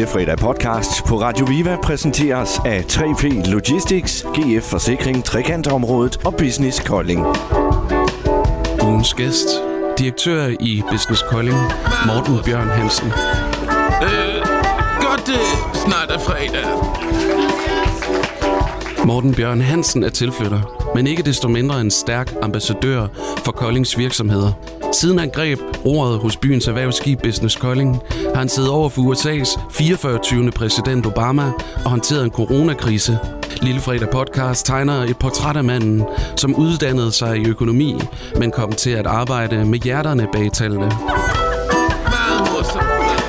Lillefredag podcast på Radio Viva præsenteres af 3P Logistics, GF Forsikring, Trekantområdet og Business Kolding. Ugens gæst, direktør i Business Kolding, Morten Bjørn Hansen. Godt, det snart er fredag. Morten Bjørn Hansen er tilflytter, men ikke desto mindre en stærk ambassadør for Koldings virksomheder. Siden han greb roret hos byens erhvervsskib Business Kolding, har han siddet over for USA's 44. præsident Obama og håndteret en coronakrise. Lillefredag podcast tegner et portræt af manden, som uddannede sig i økonomi, men kom til at arbejde med hjerterne bag tallene. Meget morsomt.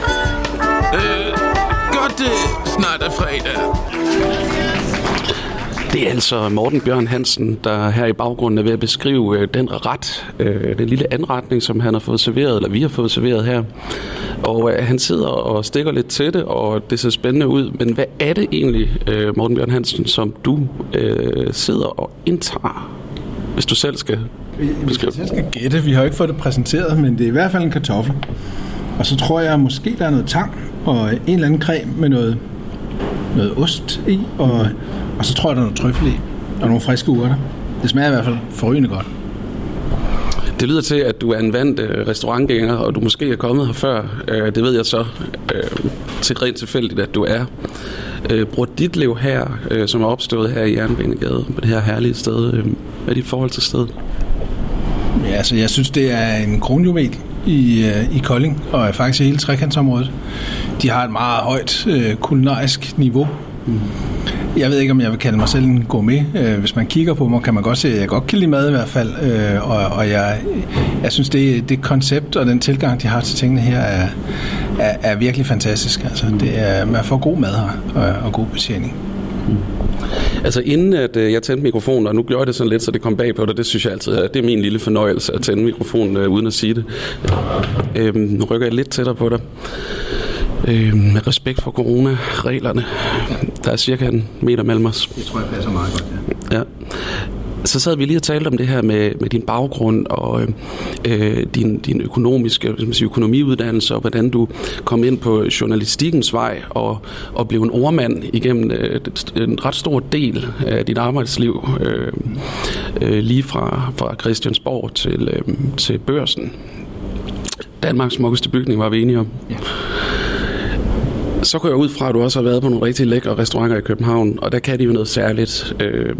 Godt, det snart er fredag. Det er altså Morten Bjørn Hansen, der her i baggrunden er ved at beskrive den lille anretning, som han har fået serveret, eller vi har fået serveret her. Og han sidder og stikker lidt til det, og det ser spændende ud. Men hvad er det egentlig, Morten Bjørn Hansen, som du sidder og indtager, hvis du selv skal beskrive? Hvis jeg skal gætte, vi har ikke fået det præsenteret, men det er i hvert fald en kartoffel. Og så tror jeg måske, der er noget tang og en eller anden creme med noget ost i, og så tror jeg, der er noget trøffel i, og nogle friske urter. Det smager i hvert fald forrygende godt. Det lyder til, at du er en vant restaurantgænger, og du måske er kommet her før. Det ved jeg så til rent tilfældigt, at du er. Bror Ditlev her, som er opstået her i Jernbanegade, på det her herlige sted. Hvad er dit forhold til stedet? Ja, altså jeg synes, det er en kronjuvel i Kolding, og faktisk i hele trekantsområdet. De har et meget højt kulinarisk niveau. Jeg ved ikke, om jeg vil kalde mig selv en gourmet. Hvis man kigger på mig, kan man godt se, at jeg godt kan lide mad i hvert fald. Og jeg synes, det koncept og den tilgang, de har til tingene her, er virkelig fantastisk. Altså, man får god mad her og god betjening. Altså inden at jeg tændte mikrofonen, og nu gjorde jeg det sådan lidt, så det kom bag på dig, det synes jeg altid, det er min lille fornøjelse at tænde mikrofonen uden at sige det. Nu rykker jeg lidt tættere på dig. Med respekt for coronareglerne. Der er cirka en meter mellem os. Det tror jeg passer meget godt, ja. Så sad vi lige og talte om det her med din baggrund og din økonomiske, økonomiuddannelse, og hvordan du kom ind på journalistikkens vej og blev en ordmand igennem en ret stor del af dit arbejdsliv, lige fra Christiansborg til Børsen. Danmarks smukkeste bygning, var vi enige om. Ja. Så går jeg ud fra, at du også har været på nogle rigtig lækre restauranter i København, og der kan de jo noget særligt.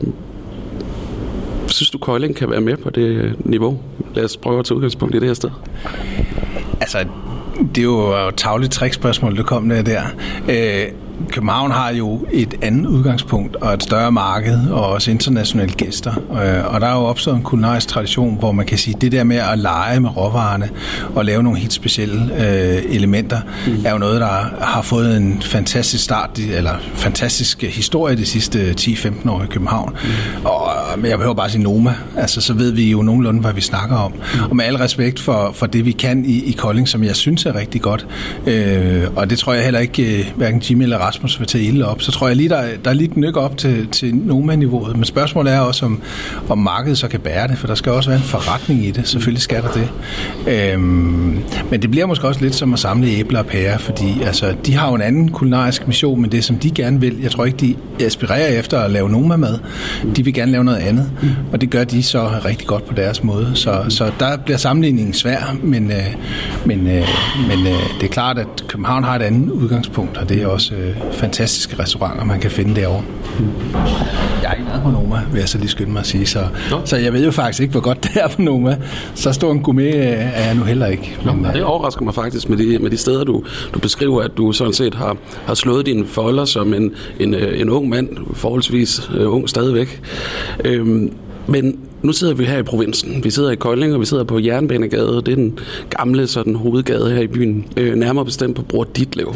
Synes du, Kolding kan være med på det niveau? Lad os prøve at tage udgangspunkt i det her sted. Altså, det er jo et tavligt trickspørgsmål, der kom der. København har jo et andet udgangspunkt og et større marked og også internationale gæster. Og der er jo opstået en kulinarisk tradition, hvor man kan sige, det der med at lege med råvarerne og lave nogle helt specielle elementer, er jo noget, der har fået en fantastisk start, eller fantastisk historie de sidste 10-15 år i København. Men jeg behøver bare sige Noma, altså så ved vi jo nogenlunde, hvad vi snakker om. Og med al respekt for det, vi kan i Kolding, som jeg synes er rigtig godt. Og det tror jeg heller ikke, hverken Jimmy eller Rasmus vil tage ilde op. Så tror jeg lige, der er lidt nyk op til Noma-niveauet. Men spørgsmålet er også, om markedet så kan bære det, for der skal også være en forretning i det. Selvfølgelig skal der det. Men det bliver måske også lidt som at samle æbler og pærer, fordi altså, de har jo en anden kulinarisk mission, men det som de gerne vil, jeg tror ikke, de aspirerer efter at lave Noma-mad. De vil gerne lave noget andet, og det gør de så rigtig godt på deres måde. Så der bliver sammenligningen svær, men det er klart, at København har et andet udgangspunkt, og det er også fantastiske restauranter, man kan finde derovre. Jeg er ikke nede på Noma, vil jeg så lige skynde mig at sige. Så jeg ved jo faktisk ikke, hvor godt det er på Noma. Så stor en gourmet er jeg nu heller ikke. Men, det overrasker mig faktisk med de steder, du beskriver, at du sådan set har slået dine folder som en ung mand, forholdsvis ung stadigvæk. Men nu sidder vi her i provinsen. Vi sidder i Kolding, og vi sidder på Jernbanegade. Det er den gamle sådan, hovedgade her i byen. Nærmere bestemt på Bror Ditlev.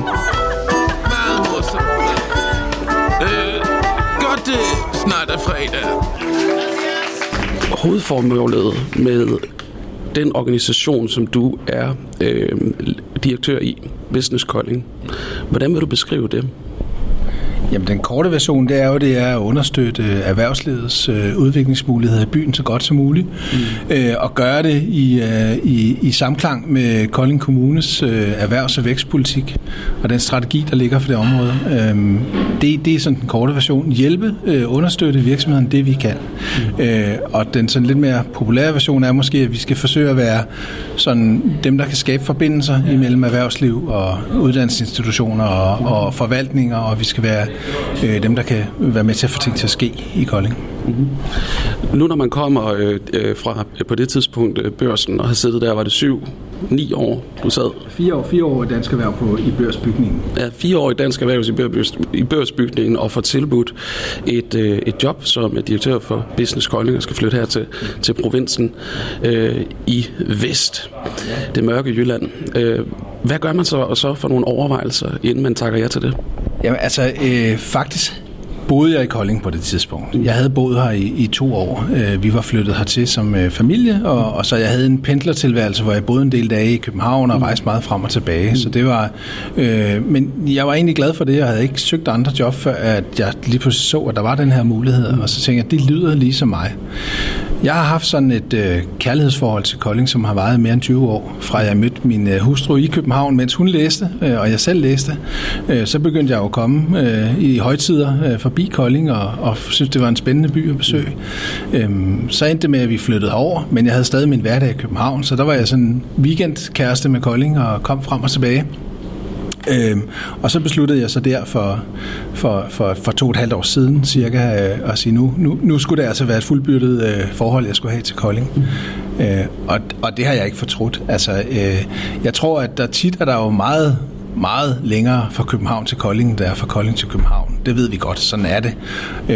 Godt, det snart er fredag. Hovedformålet med den organisation, som du er direktør i, Business Kolding. Hvordan vil du beskrive det? Jamen, den korte version, det er at understøtte erhvervslivets udviklingsmuligheder i byen så godt som muligt, og gøre det i samklang med Kolding Kommunes erhvervs- og vækstpolitik, og den strategi, der ligger for det område. Det er sådan den korte version. Hjælpe, understøtte virksomheden det, vi kan. Og den sådan lidt mere populære version er måske, at vi skal forsøge at være sådan dem, der kan skabe forbindelser imellem erhvervsliv og uddannelsesinstitutioner og forvaltninger, og vi skal være dem, der kan være med til at få ting til at ske i Kolding. Mm-hmm. Nu når man kommer fra på det tidspunkt Børsen og har siddet der, var det 7-9 år, du sad? 4 år i Dansk Erhverv i Børsbygningen. Ja, 4 år i Dansk Erhverv i Børsbygningen og får tilbudt et job som direktør for Business Kolding og skal flytte her til provinsen i Vest, det mørke Jylland. Hvad gør man så for nogle overvejelser, inden man takker ja til det? Jamen altså, faktisk boede jeg i Kolding på det tidspunkt. Jeg havde boet her i 2 år. Vi var flyttet hertil som familie, og så jeg havde en pendlertilværelse, hvor jeg boede en del dage i København og rejste meget frem og tilbage. Så det var, men jeg var egentlig glad for det. Jeg havde ikke søgt andre job, før at jeg lige pludselig så, at der var den her mulighed. Og så tænkte jeg, det lyder lige som mig. Jeg har haft sådan et kærlighedsforhold til Kolding, som har varet mere end 20 år. Fra jeg mødte min hustru i København, mens hun læste, og jeg selv læste. Så begyndte jeg at komme i højtider forbi Kolding, og synes, det var en spændende by at besøge. Så endte det med, at vi flyttede over, men jeg havde stadig min hverdag i København, så der var jeg sådan weekendkæreste med Kolding, og kom frem og tilbage. Og så besluttede jeg så der for 2,5 år siden cirka at sige, nu skulle det altså være et fuldbyrdet forhold, jeg skulle have til Kolding. Og det har jeg ikke fortrudt. Altså, jeg tror, at der tit er der jo meget længere fra København til Kolding, end der er fra Kolding til København. Det ved vi godt, sådan er det.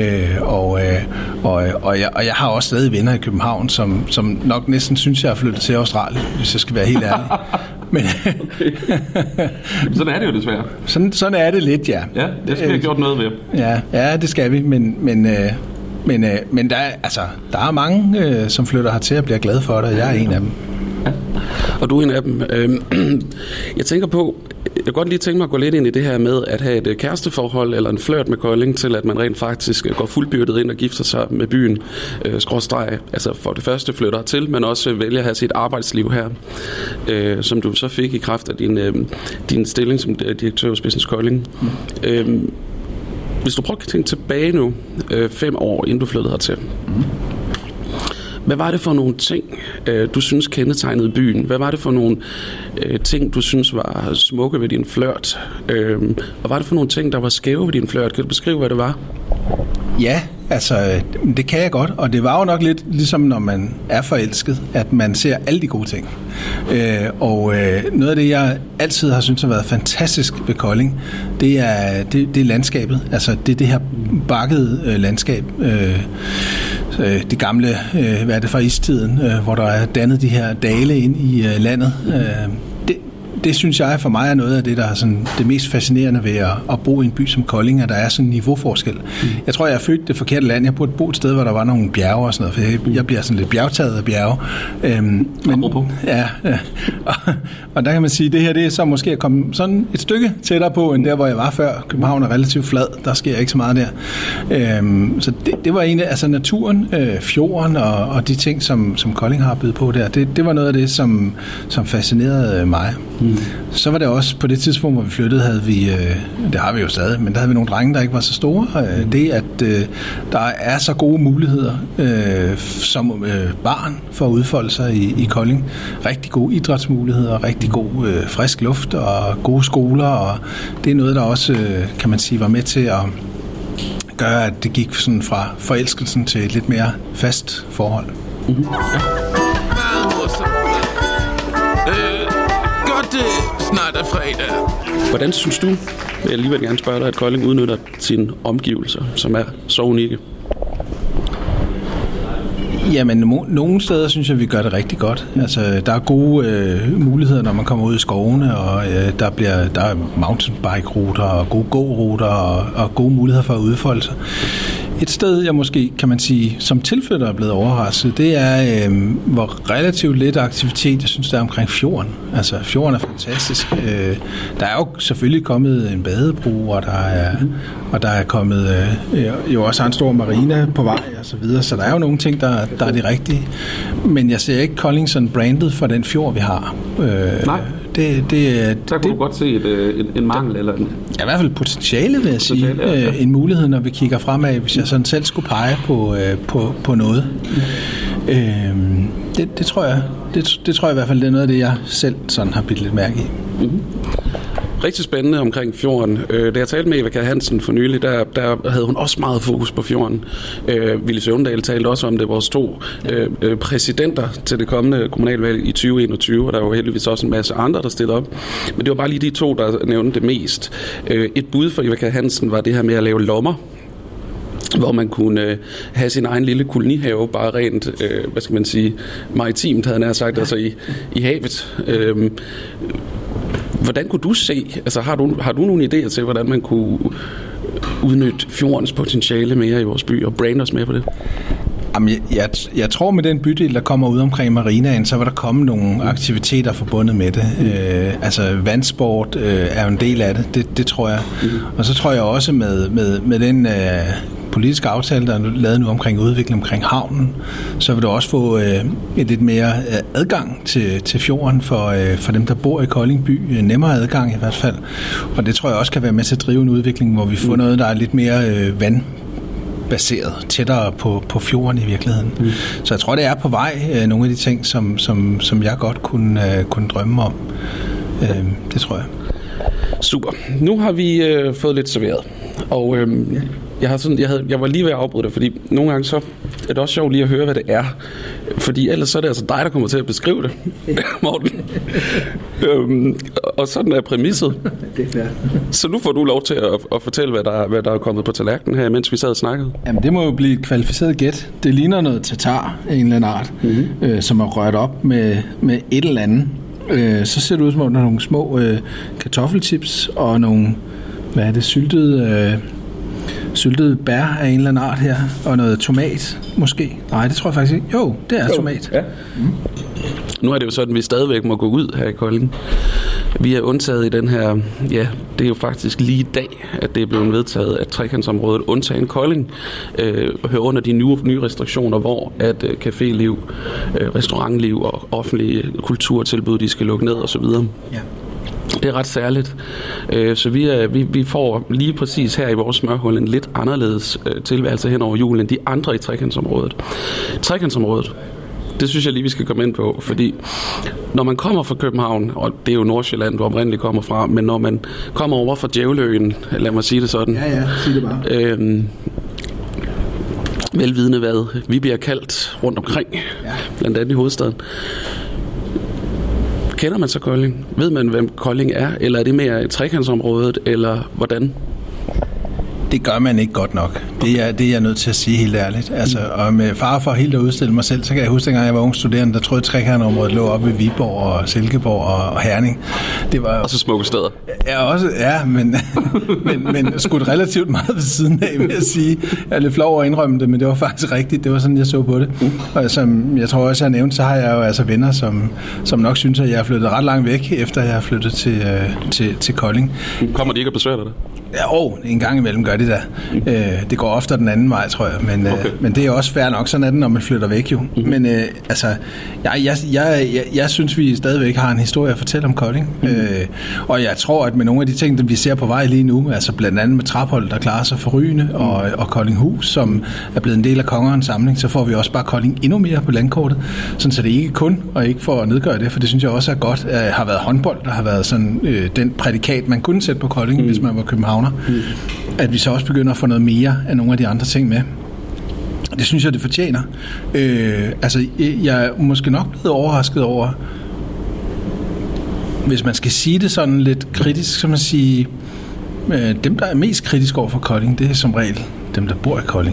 Og jeg har også stadig venner i København, som nok næsten synes, jeg har flyttet til Australien, hvis jeg skal være helt ærlig. Men okay. Sådan er det jo desværre. Sådan er det lidt, ja. Ja, det skal vi have gjort noget ved. Ja, det skal vi, men der er mange, som flytter hertil og bliver glade for det, og jeg er en af dem. Ja. Og du er en af dem. Jeg tænker på, jeg kan godt lige tænke mig at gå lidt ind i det her med at have et kæresteforhold eller en flirt med Kolding, til at man rent faktisk går fuldbyrdet ind og gifter sig med byen, altså for det første flytter til, men også vælger at have sit arbejdsliv her, som du så fik i kraft af din stilling som direktør hos Business Kolding. Hvis du prøver at tænke tilbage nu, 5 år inden du flyttede hertil, hvad var det for nogle ting, du synes kendetegnede byen? Hvad var det for nogle ting, du synes var smukke ved din flirt? Og hvad var det for nogle ting, der var skæve ved din flirt? Kan du beskrive, hvad det var? Ja, altså, det kan jeg godt. Og det var jo nok lidt ligesom, når man er forelsket, at man ser alle de gode ting. Noget af det, jeg altid har syntes har været fantastisk ved Kolding, det er landskabet. Altså, det er det her bakkede landskab. Det gamle, hvad er det fra istiden, hvor der er dannet de her dale ind i landet. Det synes jeg for mig er noget af det, der er sådan det mest fascinerende ved at bo i en by som Kolding, at der er sådan en niveauforskel. Jeg tror, jeg er født det forkerte land. Jeg burde bo et sted, hvor der var nogle bjerge og sådan noget, for jeg bliver sådan lidt bjergtaget af bjerge. Og der kan man sige, at det her det er så måske at komme sådan et stykke tættere på, end der, hvor jeg var før. København er relativt flad, der sker ikke så meget der. Så det var egentlig, altså naturen, fjorden og de ting, som Kolding har bydet på der, det var noget af det, som fascinerede mig. Så var det også på det tidspunkt, hvor vi flyttede, havde vi, det har vi jo stadig, men der havde vi nogle drenge, der ikke var så store. Det, at der er så gode muligheder som barn for at udfolde sig i Kolding. Rigtig gode idrætsmuligheder, rigtig god frisk luft og gode skoler, og det er noget, der også, kan man sige, var med til at gøre, at det gik sådan fra forelskelsen til et lidt mere fast forhold. Mm-hmm. Snart er fredag. Hvordan synes du, vil jeg alligevel gerne spørge dig, at Kolding udnytter sine omgivelser, som er så unikke? Jamen, nogle steder synes jeg, vi gør det rigtig godt. Altså, der er gode muligheder, når man kommer ud i skovene, og der er mountainbike-ruter og gode gå-ruter og gode muligheder for at udfolde sig. Et sted, jeg måske, kan man sige, som tilflytter er blevet overrasket, det er, hvor relativt lidt aktivitet, jeg synes, der er omkring fjorden. Altså, fjorden er fantastisk. Der er jo selvfølgelig kommet en badebro, og der er kommet jo også en stor marina på vej, og så videre. Så der er jo nogle ting, der er de rigtige. Men jeg ser ikke Kolding sådan brandet for den fjord, vi har. Nej. Der kunne du godt se en mangel eller en... Ja, i hvert fald potentiale, vil jeg sige. Ja. En mulighed, når vi kigger fremad, hvis jeg sådan selv skulle pege på noget. Det tror jeg. Det tror jeg i hvert fald, det er noget af det, jeg selv sådan har bidt lidt mærke i. Mm-hmm. Rigtig spændende omkring fjorden. Da jeg talte med Eva Kjær Hansen for nylig, der havde hun også meget fokus på fjorden. Willy Søvndal talte også om det, vores 2 præsidenter til det kommende kommunalvalg i 2021, og der var jo heldigvis også en masse andre, der stillede op. Men det var bare lige de 2, der nævnte det mest. Et bud for Eva Kjær Hansen var det her med at lave lommer, hvor man kunne have sin egen lille kolonihave, bare rent, hvad skal man sige, maritimt, havde jeg sagt, altså i havet. Hvordan kunne du se, altså har du nogle idéer til, hvordan man kunne udnytte fjordens potentiale mere i vores by og brande os mere på det? Jamen, jeg tror med den bydel, der kommer ud omkring marinaen, så vil der komme nogle aktiviteter forbundet med det. Altså vandsport er jo en del af det, det tror jeg. Og så tror jeg også med den politiske aftale, der er lavet nu omkring udvikling omkring havnen, så vil du også få et lidt mere adgang til fjorden for dem, der bor i Kolding by. Nemmere adgang i hvert fald. Og det tror jeg også kan være med til at drive en udvikling, hvor vi får noget, der er lidt mere vandbaseret, tættere på fjorden i virkeligheden. Så jeg tror, det er på vej, nogle af de ting, som jeg godt kunne drømme om. Det tror jeg. Super. Nu har vi fået lidt serveret. Og jeg var lige ved at afbryde det, fordi nogle gange så er det også sjovt lige at høre, hvad det er. Fordi ellers så er det altså dig, der kommer til at beskrive det, Morten. Og sådan er præmisset. Det er fair. Så nu får du lov til at fortælle, hvad der er kommet på tallerkenen her, mens vi sad og snakkede. Jamen, det må jo blive et kvalificeret gæt. Det ligner noget tatar af en eller anden art, som er rørt op med et eller andet. Så ser det ud som om der er nogle små kartoffelchips og nogle, hvad er det, syltede bær af en eller anden art her, og noget tomat måske. Nej, det tror jeg faktisk ikke. Jo, det er tomat. Ja. Nu er det jo sådan, at vi stadigvæk må gå ud her i Kolding. Vi er undtaget i den her, ja, det er jo faktisk lige i dag, at det er blevet vedtaget, at trekantsområdet undtagen Kolding hører under de nye restriktioner, hvor at caféliv, restaurantliv og offentlige kulturtilbud, de skal lukke ned og så videre. Ja. Det er ret særligt. Så vi får lige præcis her i vores smørhul en lidt anderledes tilværelse hen over julen end de andre i trekantsområdet. Trekantsområdet, det synes jeg lige, vi skal komme ind på, fordi når man kommer fra København, og det er jo Nordsjælland, du oprindeligt kommer fra, men når man kommer over fra Djævleøen, lad mig sige det sådan. Ja, sig det bare. Velvidende hvad vi bliver kaldt rundt omkring, blandt andet i hovedstaden. Kender man så Kolding? Ved man, hvem Kolding er? Eller er det mere trekantsområdet, eller hvordan? Det gør man ikke godt nok. Det er jeg nødt til at sige helt ærligt. Altså, og med fare for helt at udstille mig selv, så kan jeg huske, dengang jeg var ung studerende, der troede, at trekantområdet lå oppe ved Viborg og Silkeborg og Herning. Det var også smukke steder. Ja, men skudt relativt meget ved siden af, vil jeg sige. Jeg er lidt flov over at indrømme det, men det var faktisk rigtigt. Det var sådan, jeg så på det. Og som jeg tror også, jeg nævnte, så har jeg jo altså venner, som nok synes, at jeg er flyttet ret langt væk, efter jeg er flyttet til Kolding. Kommer de ikke at besøge dig? Ja, en gang imellem gør de da. Det går ofte den anden vej, tror jeg. Men det er også fair nok, sådan er det, når man flytter væk jo. Men altså, jeg synes, vi stadigvæk har en historie at fortælle om Kolding. Og jeg tror, at med nogle af de ting, vi ser på vej lige nu, altså blandt andet med Traphold, der klarer sig forrygende, og Koldinghus, som er blevet en del af Kongerens samling, så får vi også bare Kolding endnu mere på landkortet. Sådan så det ikke kun, og ikke for at nedgøre det, for det synes jeg også er godt, har været håndbold, der har været sådan den prædikat, man kunne sætte på Kolding, hvis man var københavner. At vi så også begynder at få noget mere af nogle af de andre ting med. Det synes jeg, det fortjener. Altså, jeg er måske nok blevet overrasket over, hvis man skal sige det sådan lidt kritisk, som man siger, dem, der er mest kritisk over for Kolding, det er som regel dem, der bor i Kolding.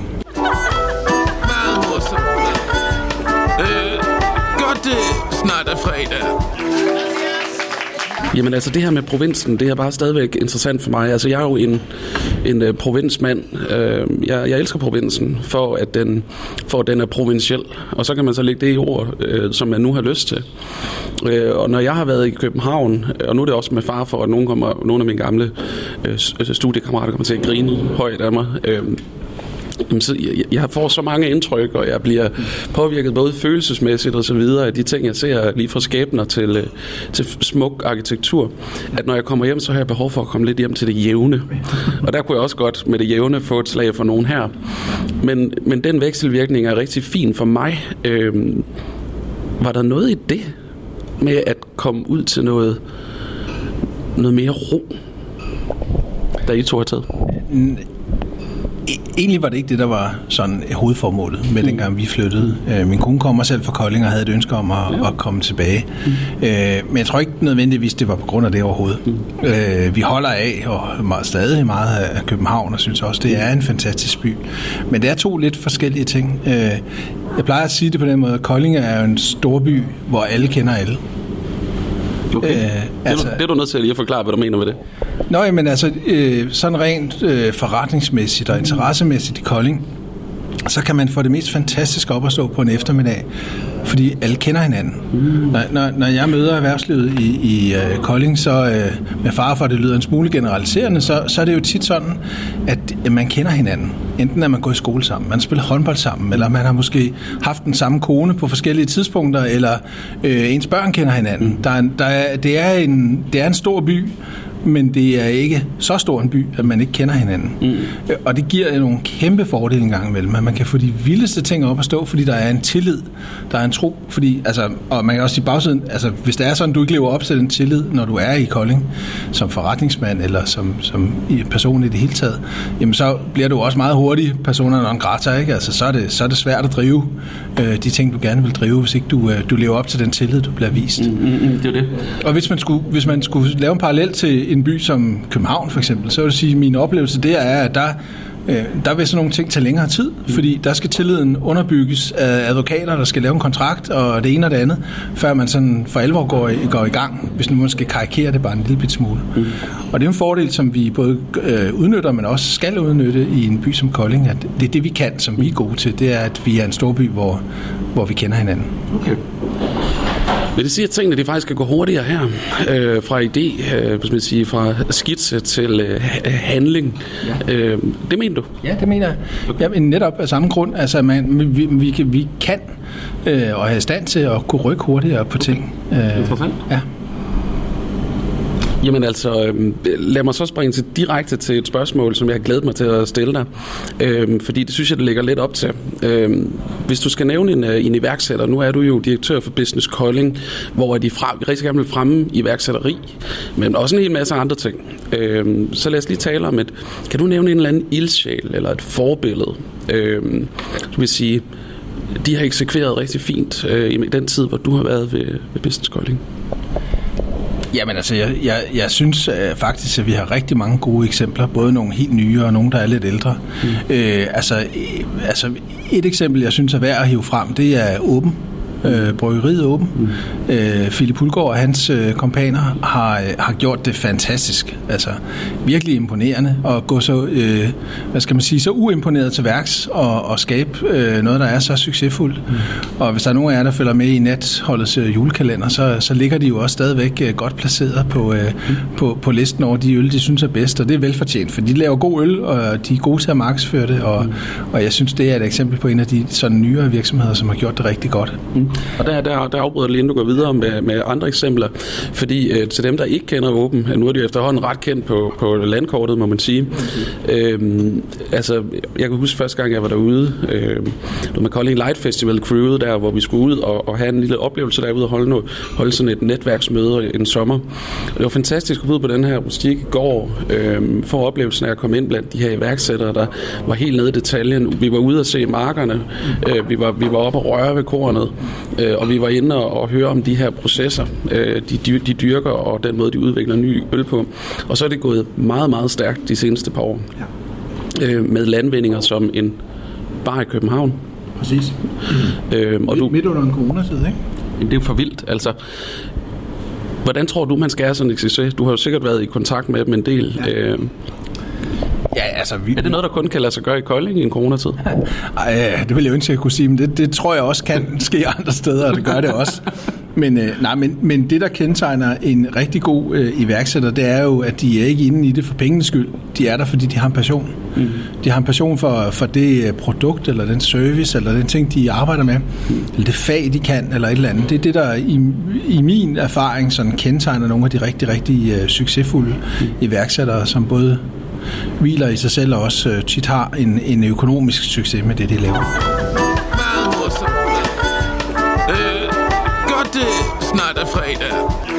Godt, det snart er fredag. Jamen altså det her med provinsen, det er bare stadigvæk interessant for mig. Altså jeg er jo en provinsmand. Jeg elsker provinsen, for at den er provinciel. Og så kan man så lægge det i ord, som man nu har lyst til. Og når jeg har været i København, og nu er det også med far for, at nogle af mine gamle studiekammerater kommer til at grine højt af mig, så jeg får så mange indtryk, og jeg bliver påvirket både følelsesmæssigt og så videre af de ting, jeg ser lige fra skæbner til smuk arkitektur, at når jeg kommer hjem, så har jeg behov for at komme lidt hjem til det jævne. Og der kunne jeg også godt med det jævne få et slag for nogen her. Men den vekselvirkning er rigtig fin for mig. Var der noget i det med at komme ud til noget mere ro, da I to har taget? Egentlig var det ikke det, der var sådan hovedformålet med dengang vi flyttede. Min kone kommer selv fra Kolding og havde et ønske om at komme tilbage. Men jeg tror ikke nødvendigvis, det var på grund af det overhovedet. Vi holder af og stadig meget af København og synes også, det er en fantastisk by. Men det er to lidt forskellige ting. Jeg plejer at sige det på den måde, at Kolding er en stor by, hvor alle kender alle. Okay. Det er du nødt til at lige at forklare, hvad du mener med det. Nå, men altså, sådan rent forretningsmæssigt og interessemæssigt i Kolding, så kan man få det mest fantastiske op at stå på en eftermiddag, fordi alle kender hinanden. Når jeg møder erhvervslivet i Kolding, så med fare for, at det lyder en smule generaliserende, så er det jo tit sådan, at man kender hinanden. Enten er man gået i skole sammen, man spiller håndbold sammen, eller man har måske haft den samme kone på forskellige tidspunkter, eller ens børn kender hinanden. Det er en stor by, men det er ikke så stor en by, at man ikke kender hinanden. Og det giver nogle kæmpe fordele en gang imellem, at man kan få de vildeste ting op at stå, fordi der er en tillid, der er en tro, fordi, altså, og man kan også sige bagsiden, altså, hvis det er sådan, du ikke lever op til den tillid, når du er i Kolding, som forretningsmand, eller som person i det hele taget, jamen så bliver du også meget hurtig persona non grata, ikke? Altså, så er det svært at drive de ting, du gerne vil drive, hvis ikke du lever op til den tillid, du bliver vist. Det er det. Og hvis man skulle lave en parallel til en by som København for eksempel, så vil jeg sige, at min oplevelse der er, at der vil sådan nogle ting tage længere tid, fordi der skal tilliden underbygges af advokater, der skal lave en kontrakt, og det ene og det andet, før man sådan for alvor går i gang, hvis nu man skal karikere det bare en lille bit smule. Og det er en fordel, som vi både udnytter, men også skal udnytte i en by som Kolding, at det er det, vi kan, som vi er gode til, det er, at vi er en stor by, hvor vi kender hinanden. Okay. Vil det sige, at tingene faktisk kan gå hurtigere her? Fra idé, hvis man siger, fra skitse til handling. Ja. Det mener du? Ja, det mener jeg. Okay. Jamen, netop af samme grund. Altså, vi kan og have stand til at kunne rykke hurtigere på ting. Interessant. Ja. Jamen altså, lad mig så springe direkte til et spørgsmål, som jeg har glædet mig til at stille dig. Fordi det synes jeg, det ligger lidt op til. Hvis du skal nævne en iværksætter, nu er du jo direktør for Business Kolding, hvor de rigtig gerne vil fremme iværksætteri, men også en hel masse andre ting. Så lad os lige tale om kan du nævne en eller anden ildsjæl eller et forbillede? Du vil sige, de har eksekveret rigtig fint i den tid, hvor du har været ved Business Kolding. Jamen altså, jeg synes faktisk, at vi har rigtig mange gode eksempler, både nogle helt nye og nogle, der er lidt ældre. Altså et eksempel, jeg synes er værd at hive frem, det er Åben. Bryggeriet Åben. Philip Hulgaard og hans kompaner har gjort det fantastisk. Altså virkelig imponerende og gå så, så uimponeret til værks og skabe noget, der er så succesfuldt. Og hvis der er nogen af jer, der følger med i Netholdets julekalender, så ligger de jo også stadigvæk godt placeret på listen over de øl, de synes er bedst, og det er velfortjent, for de laver god øl, og de er gode til at markedsføre det, og jeg synes, det er et eksempel på en af de sådan nyere virksomheder, som har gjort det rigtig godt. Og der afbryder lige, inden du går videre med andre eksempler, fordi til dem, der ikke kender Åben, nu er de efterhånden ret kendt på landkortet, må man sige. Altså, jeg kan huske første gang, jeg var derude, med Kolding Light Festival crewet der, hvor vi skulle ud og have en lille oplevelse derude og holde sådan et netværksmøde en sommer. Og det var fantastisk at gå ud på den her rustikke gård, for oplevelsen af at komme ind blandt de her iværksættere, der var helt nede i detaljen. Vi var ude at se markerne, vi var oppe og røre ved kornet, og vi var inde og høre om de her processer, de dyrker, og den måde, de udvikler ny øl på. Og så er det gået meget, meget stærkt de seneste par år. Ja. Med landvindinger som en bar i København. Præcis. Og midt under en coronatid, ikke? Det er jo for vildt. Altså, Hvordan tror du, man skal have sådan en succes? Du har jo sikkert været i kontakt med dem en del. Ja. Ja, altså, er det noget, der kun kan lade sig gøre i Kolding i en coronatid? Ej, det vil jeg ønske, at jeg kunne sige, men det tror jeg også kan ske andre steder, og det gør det også. Men det, der kendetegner en rigtig god iværksætter, det er jo, at de er ikke inde i det for pengenes skyld. De er der, fordi de har en passion. Mm. De har en passion for det produkt, eller den service, eller den ting, de arbejder med, eller det fag, de kan, eller et eller andet. Det er det, der i min erfaring sådan kendetegner nogle af de rigtig, rigtig succesfulde iværksættere, som både hviler i sig selv og også tit har en økonomisk succes med det, de laver. Meget morsomt. Godt, det snart er fredag.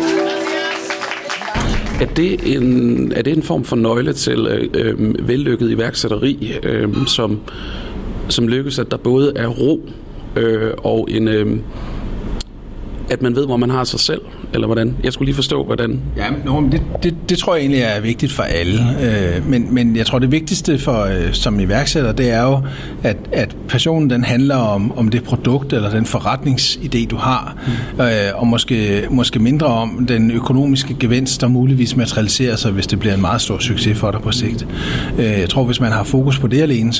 Er det en form for nøgle til vellykket iværksætteri, som lykkes, at der både er ro og at man ved, hvor man har sig selv, eller hvordan? Jeg skulle lige forstå, hvordan... Ja, det tror jeg egentlig er vigtigt for alle. Men jeg tror, det vigtigste som iværksætter, det er jo, at passionen, den handler om det produkt, eller den forretningsidé, du har, og måske mindre om den økonomiske gevinst, der muligvis materialiserer sig, hvis det bliver en meget stor succes for dig på sigt. Jeg tror, hvis man har fokus på det alene,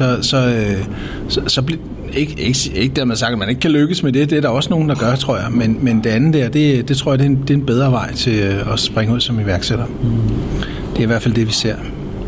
så bliver... Ikke dermed sagt, at man ikke kan lykkes med det. Det er der også nogen, der gør, tror jeg. Men det andet der, det tror jeg, det er en bedre vej til at springe ud som iværksætter. Det er i hvert fald det, vi ser.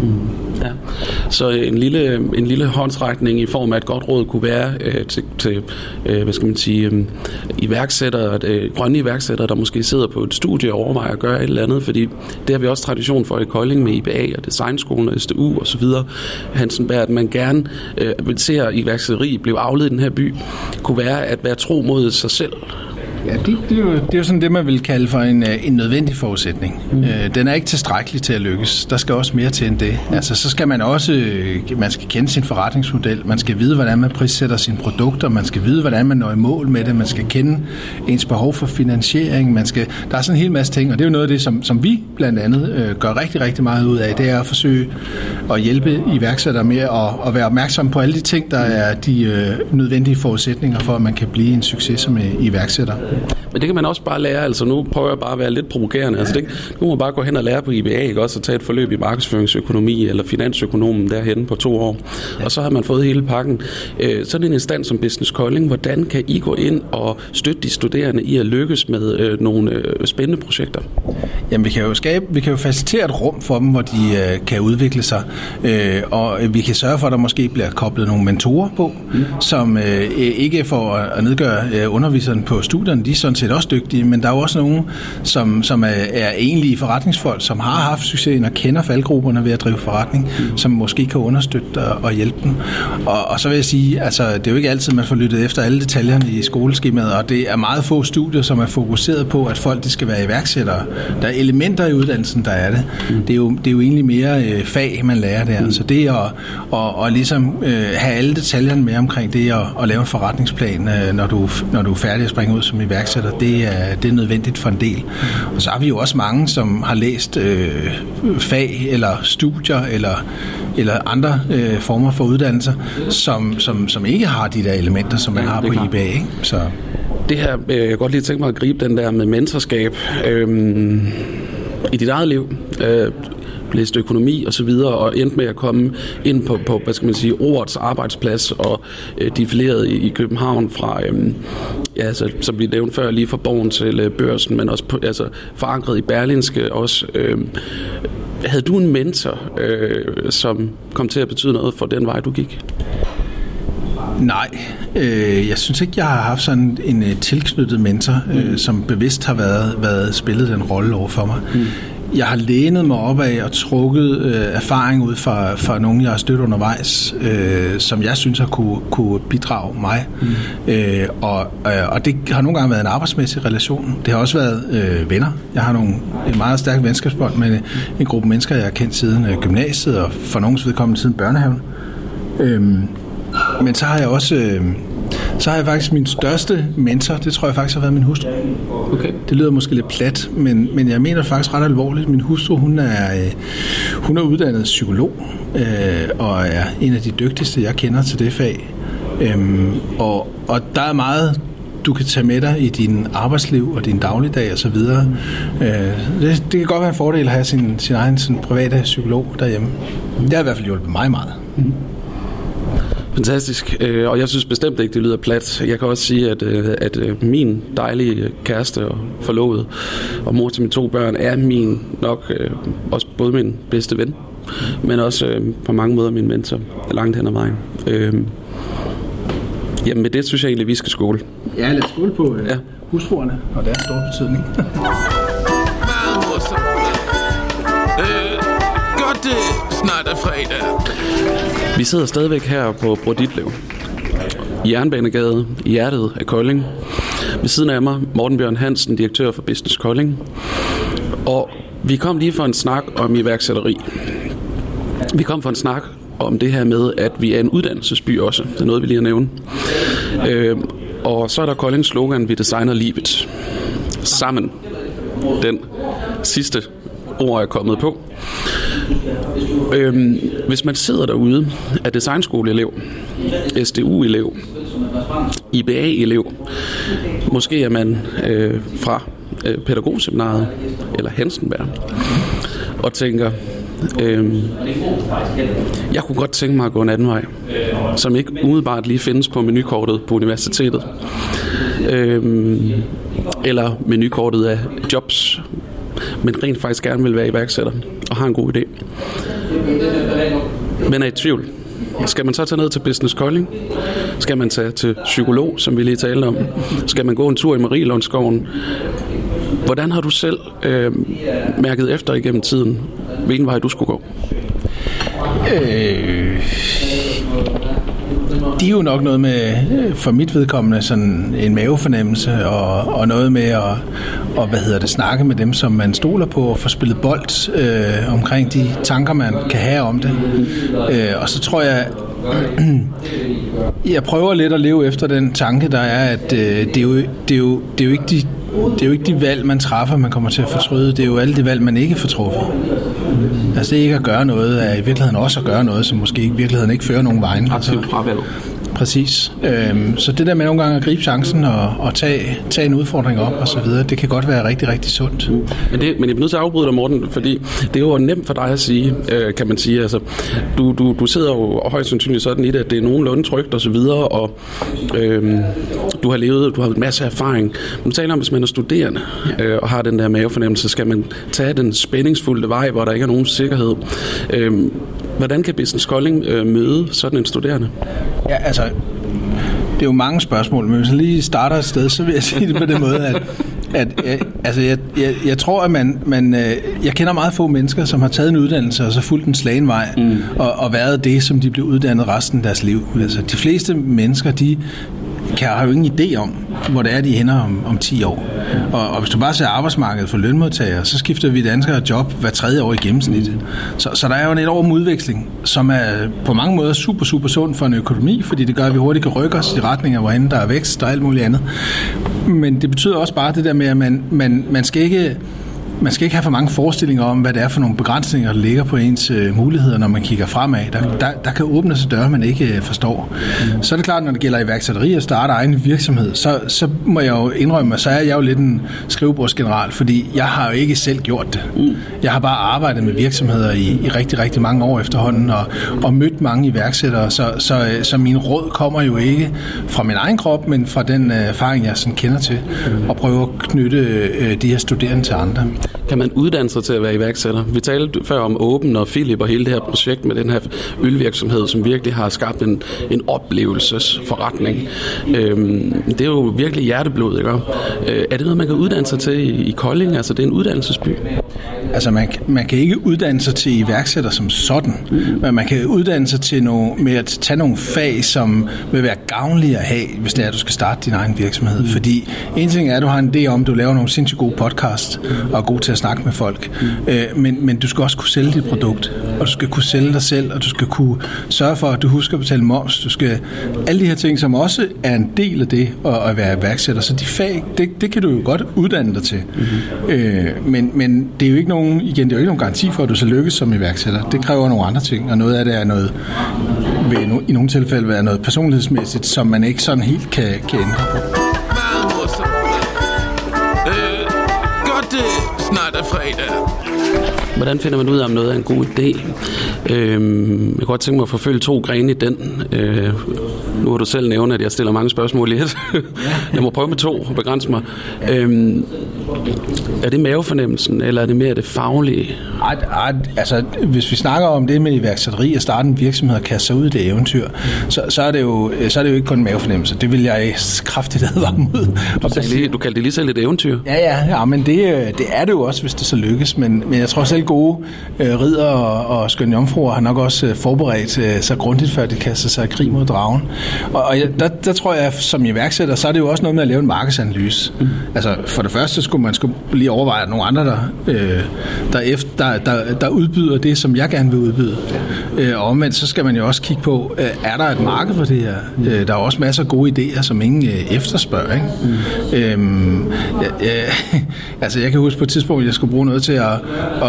Ja. Så en lille håndsrækning i form af et godt råd kunne være til hvad skal man sige, iværksættere, grønne iværksættere, der måske sidder på et studie og overvejer at gøre et eller andet, fordi det har vi også tradition for i Kolding med IBA og Designskolen og SDU og så videre. Hansenberg, at man gerne vil se at iværksætteri blive afledt i den her by, kunne være at være tro mod sig selv. Ja, det er jo sådan det, man vil kalde for en nødvendig forudsætning. Den er ikke tilstrækkelig til at lykkes. Der skal også mere til end det. Altså, så skal man også kende sin forretningsmodel. Man skal vide, hvordan man prissætter sine produkter. Man skal vide, hvordan man når i mål med det. Man skal kende ens behov for finansiering. Der er sådan en hel masse ting, og det er jo noget af det, som vi blandt andet gør rigtig, rigtig meget ud af. Det er at forsøge at hjælpe iværksættere med at være opmærksom på alle de ting, der er de nødvendige forudsætninger for, at man kan blive en succes som iværksætter. Men det kan man også bare lære, altså nu prøver jeg bare at være lidt provokerende, altså nu må man bare gå hen og lære på IBA, ikke også, at tage et forløb i markedsføringsøkonomi eller finansøkonomen derhenne på 2 år, og så har man fået hele pakken. Sådan en instans som Business Kolding, hvordan kan I gå ind og støtte de studerende i at lykkes med nogle spændende projekter? Jamen vi kan jo facilitere et rum for dem, hvor de kan udvikle sig, og vi kan sørge for, at der måske bliver koblet nogle mentorer på, som ikke for at nedgøre underviseren på studierne, de er sådan set også dygtige, men der er jo også nogen, som er egentlige forretningsfolk, som har haft succes og kender faldgrupperne ved at drive forretning, som måske kan understøtte og hjælpe dem. Og så vil jeg sige, altså det er jo ikke altid, man får lyttet efter alle detaljerne i skoleskemaet, og det er meget få studier, som er fokuseret på, at folk de skal være iværksættere. Der er elementer i uddannelsen, der er det. Det er jo egentlig mere fag, man lærer der. Så det at ligesom have alle detaljerne med omkring det at lave en forretningsplan, når du er færdig at springe ud som iværksætter, det er nødvendigt for en del. Og så har vi jo også mange, som har læst fag eller studier eller andre former for uddannelser, som ikke har de der elementer, som man har på IBA. Ikke? Så det her, jeg kan godt lige tænke mig at gribe den der med mentorskab i dit eget liv. Læst økonomi og så videre, og endte med at komme ind på hvad skal man sige, ordets arbejdsplads og defileret i København fra, som vi nævnte før, lige fra Borgen til Børsen, men også forankret i Berlingske også. Havde du en mentor, som kom til at betyde noget for den vej, du gik? Nej, jeg synes ikke, jeg har haft sådan en tilknyttet mentor, som bevidst har været spillet den rolle over for mig. Jeg har lænet mig op af og trukket erfaring ud fra nogen, jeg har støttet undervejs, som jeg synes har kunne bidrage mig. Og det har nogle gange været en arbejdsmæssig relation. Det har også været venner. Jeg har en meget stærk venskabsbånd med en gruppe mennesker, jeg har kendt siden gymnasiet, og for nogens vedkommende siden børnehaven. Men så har jeg også... Så har jeg faktisk min største mentor, det tror jeg faktisk har været min hustru. Okay. Det lyder måske lidt plat, men jeg mener faktisk ret alvorligt. Min hustru, hun er uddannet psykolog, og er en af de dygtigste, jeg kender til det fag. Og der er meget du kan tage med dig i din arbejdsliv og din dagligdag osv. Det kan godt være en fordel at have sin egen private psykolog derhjemme. Det har i hvert fald hjulpet mig meget. Fantastisk, og jeg synes bestemt ikke, det lyder plat. Jeg kan også sige, at min dejlige kæreste og forlovede og mor til mine 2 børn er min nok også både min bedste ven, men også på mange måder min mentor langt hen ad vejen. Jamen med det synes jeg egentlig, vi skal skåle. Ja, lad os skåle på husfruerne og deres store betydning. Meget morsomt. Godt snart er fredag. Vi sidder stadigvæk her på Bror Ditlev, i Jernbanegade, i hjertet af Kolding. Ved siden af mig, Morten Bjørn Hansen, direktør for Business Kolding. Og vi kom lige for en snak om iværksætteri. Vi kom for en snak om det her med, at vi er en uddannelsesby også. Det er noget, vi lige har nævnt. Og så er der Koldings slogan, vi designer livet. Sammen. Den sidste ord er kommet på. Hvis man sidder derude, er designskoleelev, SDU-elev, IBA-elev, måske er man fra pædagogseminariet eller Hansenberg, og tænker, jeg kunne godt tænke mig at gå en anden vej, som ikke umiddelbart lige findes på menukortet på universitetet, eller menukortet af jobs, men rent faktisk gerne vil være iværksætter og har en god idé, men er i tvivl. Skal man så tage ned til Business Kolding? Skal man tage til psykolog, som vi lige talte om? Skal man gå en tur i Marielundsskoven? Hvordan har du selv mærket efter igennem tiden, hvilken vej du skulle gå? Det er jo nok noget med, for mit vedkommende, sådan en mavefornemmelse og noget med at snakke med dem, som man stoler på, og få spillet bold omkring de tanker, man kan have om det. Og så tror jeg prøver lidt at leve efter den tanke, der er, at det er jo ikke de valg, man træffer, man kommer til at fortryde. Det er jo alle de valg, man ikke får truffet. Altså det ikke at gøre noget, er i virkeligheden også at gøre noget, som måske i virkeligheden ikke fører nogen vejen. Aktivt fravalg. Præcis. Så det der med nogle gange at gribe chancen og tage en udfordring op og så videre, det kan godt være rigtig, rigtig sundt. Men jeg bliver nødt til at afbryde dig, Morten, fordi det er jo nemt for dig at sige, kan man sige. Altså, du sidder jo højst sandsynligt sådan i det, at det er nogenlunde trygt og så videre, og du har en masse erfaring. Men taler om, hvis man er studerende og har den der mavefornemmelse, skal man tage den spændingsfulde vej, hvor der ikke er nogen sikkerhed. Hvordan kan Business Kolding møde sådan en studerende? Ja, altså, det er jo mange spørgsmål, men hvis jeg lige starter et sted, så vil jeg sige det på den måde, jeg tror, at jeg kender meget få mennesker, som har taget en uddannelse og så fulgt en slagen vej og været det, som de blev uddannet resten af deres liv. Altså, de fleste mennesker, de har jo ingen idé om, hvor det er, de ender om 10 år. Og hvis du bare ser arbejdsmarkedet for lønmodtagere, så skifter vi danskere job hver 3. år i gennemsnit. Så der er jo en enorm udveksling, som er på mange måder super, super sund for en økonomi, fordi det gør, at vi hurtigt kan rykke os i retninger, hvorhen der er vækst og alt muligt andet. Men det betyder også bare det der med, at man skal ikke have for mange forestillinger om, hvad det er for nogle begrænsninger, der ligger på ens muligheder, når man kigger fremad. Der kan åbne sig døre, man ikke forstår. Så er det klart, når det gælder iværksætteri og starter egen virksomhed, så må jeg jo indrømme, så er jeg jo lidt en skrivebordsgeneral, fordi jeg har jo ikke selv gjort det. Jeg har bare arbejdet med virksomheder i rigtig, rigtig mange år efterhånden, og mødt mange iværksættere, så min råd kommer jo ikke fra min egen krop, men fra den erfaring, jeg sådan kender til, og prøver at knytte de her studerende til andre. Kan man uddanne sig til at være iværksætter? Vi talte før om Åben og Philip og hele det her projekt med den her ølvirksomhed, som virkelig har skabt en oplevelsesforretning. Det er jo virkelig hjerteblod, ikke? Er det noget, man kan uddanne sig til i Kolding? Altså, det er en uddannelsesby. Altså, man kan ikke uddanne sig til iværksætter som sådan, men man kan uddanne sig til med at tage nogle fag, som vil være gavnlige at have, hvis det er, at du skal starte din egen virksomhed. Fordi en ting er, at du har en idé om, at du laver nogle sindssygt gode podcast og er god til at snakke med folk, men du skal også kunne sælge dit produkt, og du skal kunne sælge dig selv, og du skal kunne sørge for, at du husker at betale moms. Du skal alle de her ting, som også er en del af det at være iværksætter. Så de fag, det kan du jo godt uddanne dig til. Men det er jo ikke nogen garanti for, at du så lykkes som iværksætter. Det kræver nogle andre ting, og noget af det er noget, vil i nogle tilfælde være noget personlighedsmæssigt, som man ikke sådan helt kan ændre på. Hvordan finder man ud af, om noget er en god idé? Jeg kan godt tænke mig at forfølge 2 grene i den. Nu har du selv nævnt, at jeg stiller mange spørgsmål i et. Jeg må prøve med 2 og begrænse mig. Er det mavefornemmelsen, eller er det mere det faglige? Altså, hvis vi snakker om det med iværksætteri og starte en virksomhed og kaste sig ud i det eventyr, så er det jo ikke kun mavefornemmelse. Det vil jeg kraftigt advare mod. Du kaldte det lige selv et eventyr. Ja, men det er det jo også, hvis det så lykkes. Men jeg tror selv gode ridder og skønne jomfruer har nok også forberedt sig grundigt, før de kaster sig i krig mod dragen. Og der tror jeg, som iværksætter, så er det jo også noget med at lave en markedsanalyse. Altså, for det første skulle man lige overveje, at nogle andre, der udbyder det, som jeg gerne vil udbyde. Og omvendt, så skal man jo også kigge på, er der et marked for det her? Der er også masser af gode idéer, som ingen efterspørger, ikke? Altså, jeg kan huske på et tidspunkt, at jeg skulle bruge noget til at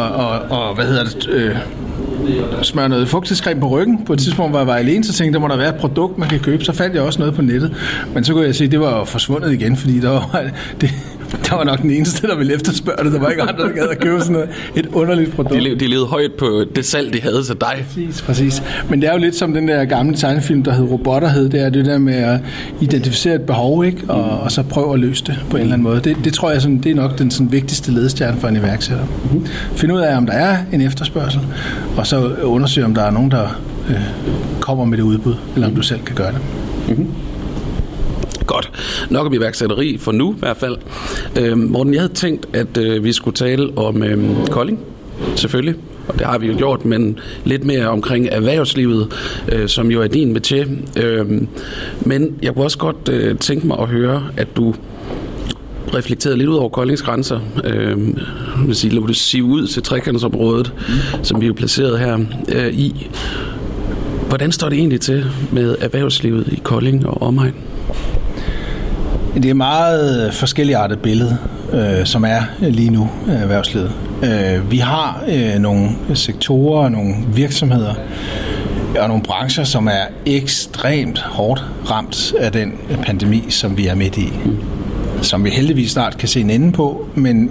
smøre noget fugtighedscreme på ryggen. På et tidspunkt, hvor jeg var alene, så tænkte jeg, der må der være et produkt, man kan købe. Så fandt jeg også noget på nettet. Men så kunne jeg se, at det var forsvundet igen, fordi der var nok den eneste, der ville efterspørge det. Der var ikke andre, der gad at købe sådan noget, et underligt produkt. De levede højt på det salg, de havde til dig. Præcis. Men det er jo lidt som den der gamle tegnefilm, der hed Robotter hed. Det er det der med at identificere et behov, ikke? Og så prøve at løse det på en eller anden måde. Det tror jeg, det er nok den sådan vigtigste ledestjerne for en iværksætter. Finde ud af, om der er en efterspørgsel, og så undersøge, om der er nogen, der kommer med det udbud, eller om du selv kan gøre det. Godt. Nok om iværksætteri for nu i hvert fald. Morten, jeg havde tænkt, at vi skulle tale om Kolding, selvfølgelig. Og det har vi jo gjort, men lidt mere omkring erhvervslivet, som jo er din metier. Men jeg kunne også godt tænke mig at høre, at du reflekterede lidt ud over Koldings grænser. Lad det sige ud til trekantsområdet, som vi er placeret her i. Hvordan står det egentlig til med erhvervslivet i Kolding og omegn? Det er et meget forskelligartet billede, som er lige nu af erhvervslivet. Vi har nogle sektorer og nogle virksomheder og nogle brancher, som er ekstremt hårdt ramt af den pandemi, som vi er midt i. Som vi heldigvis snart kan se en ende på,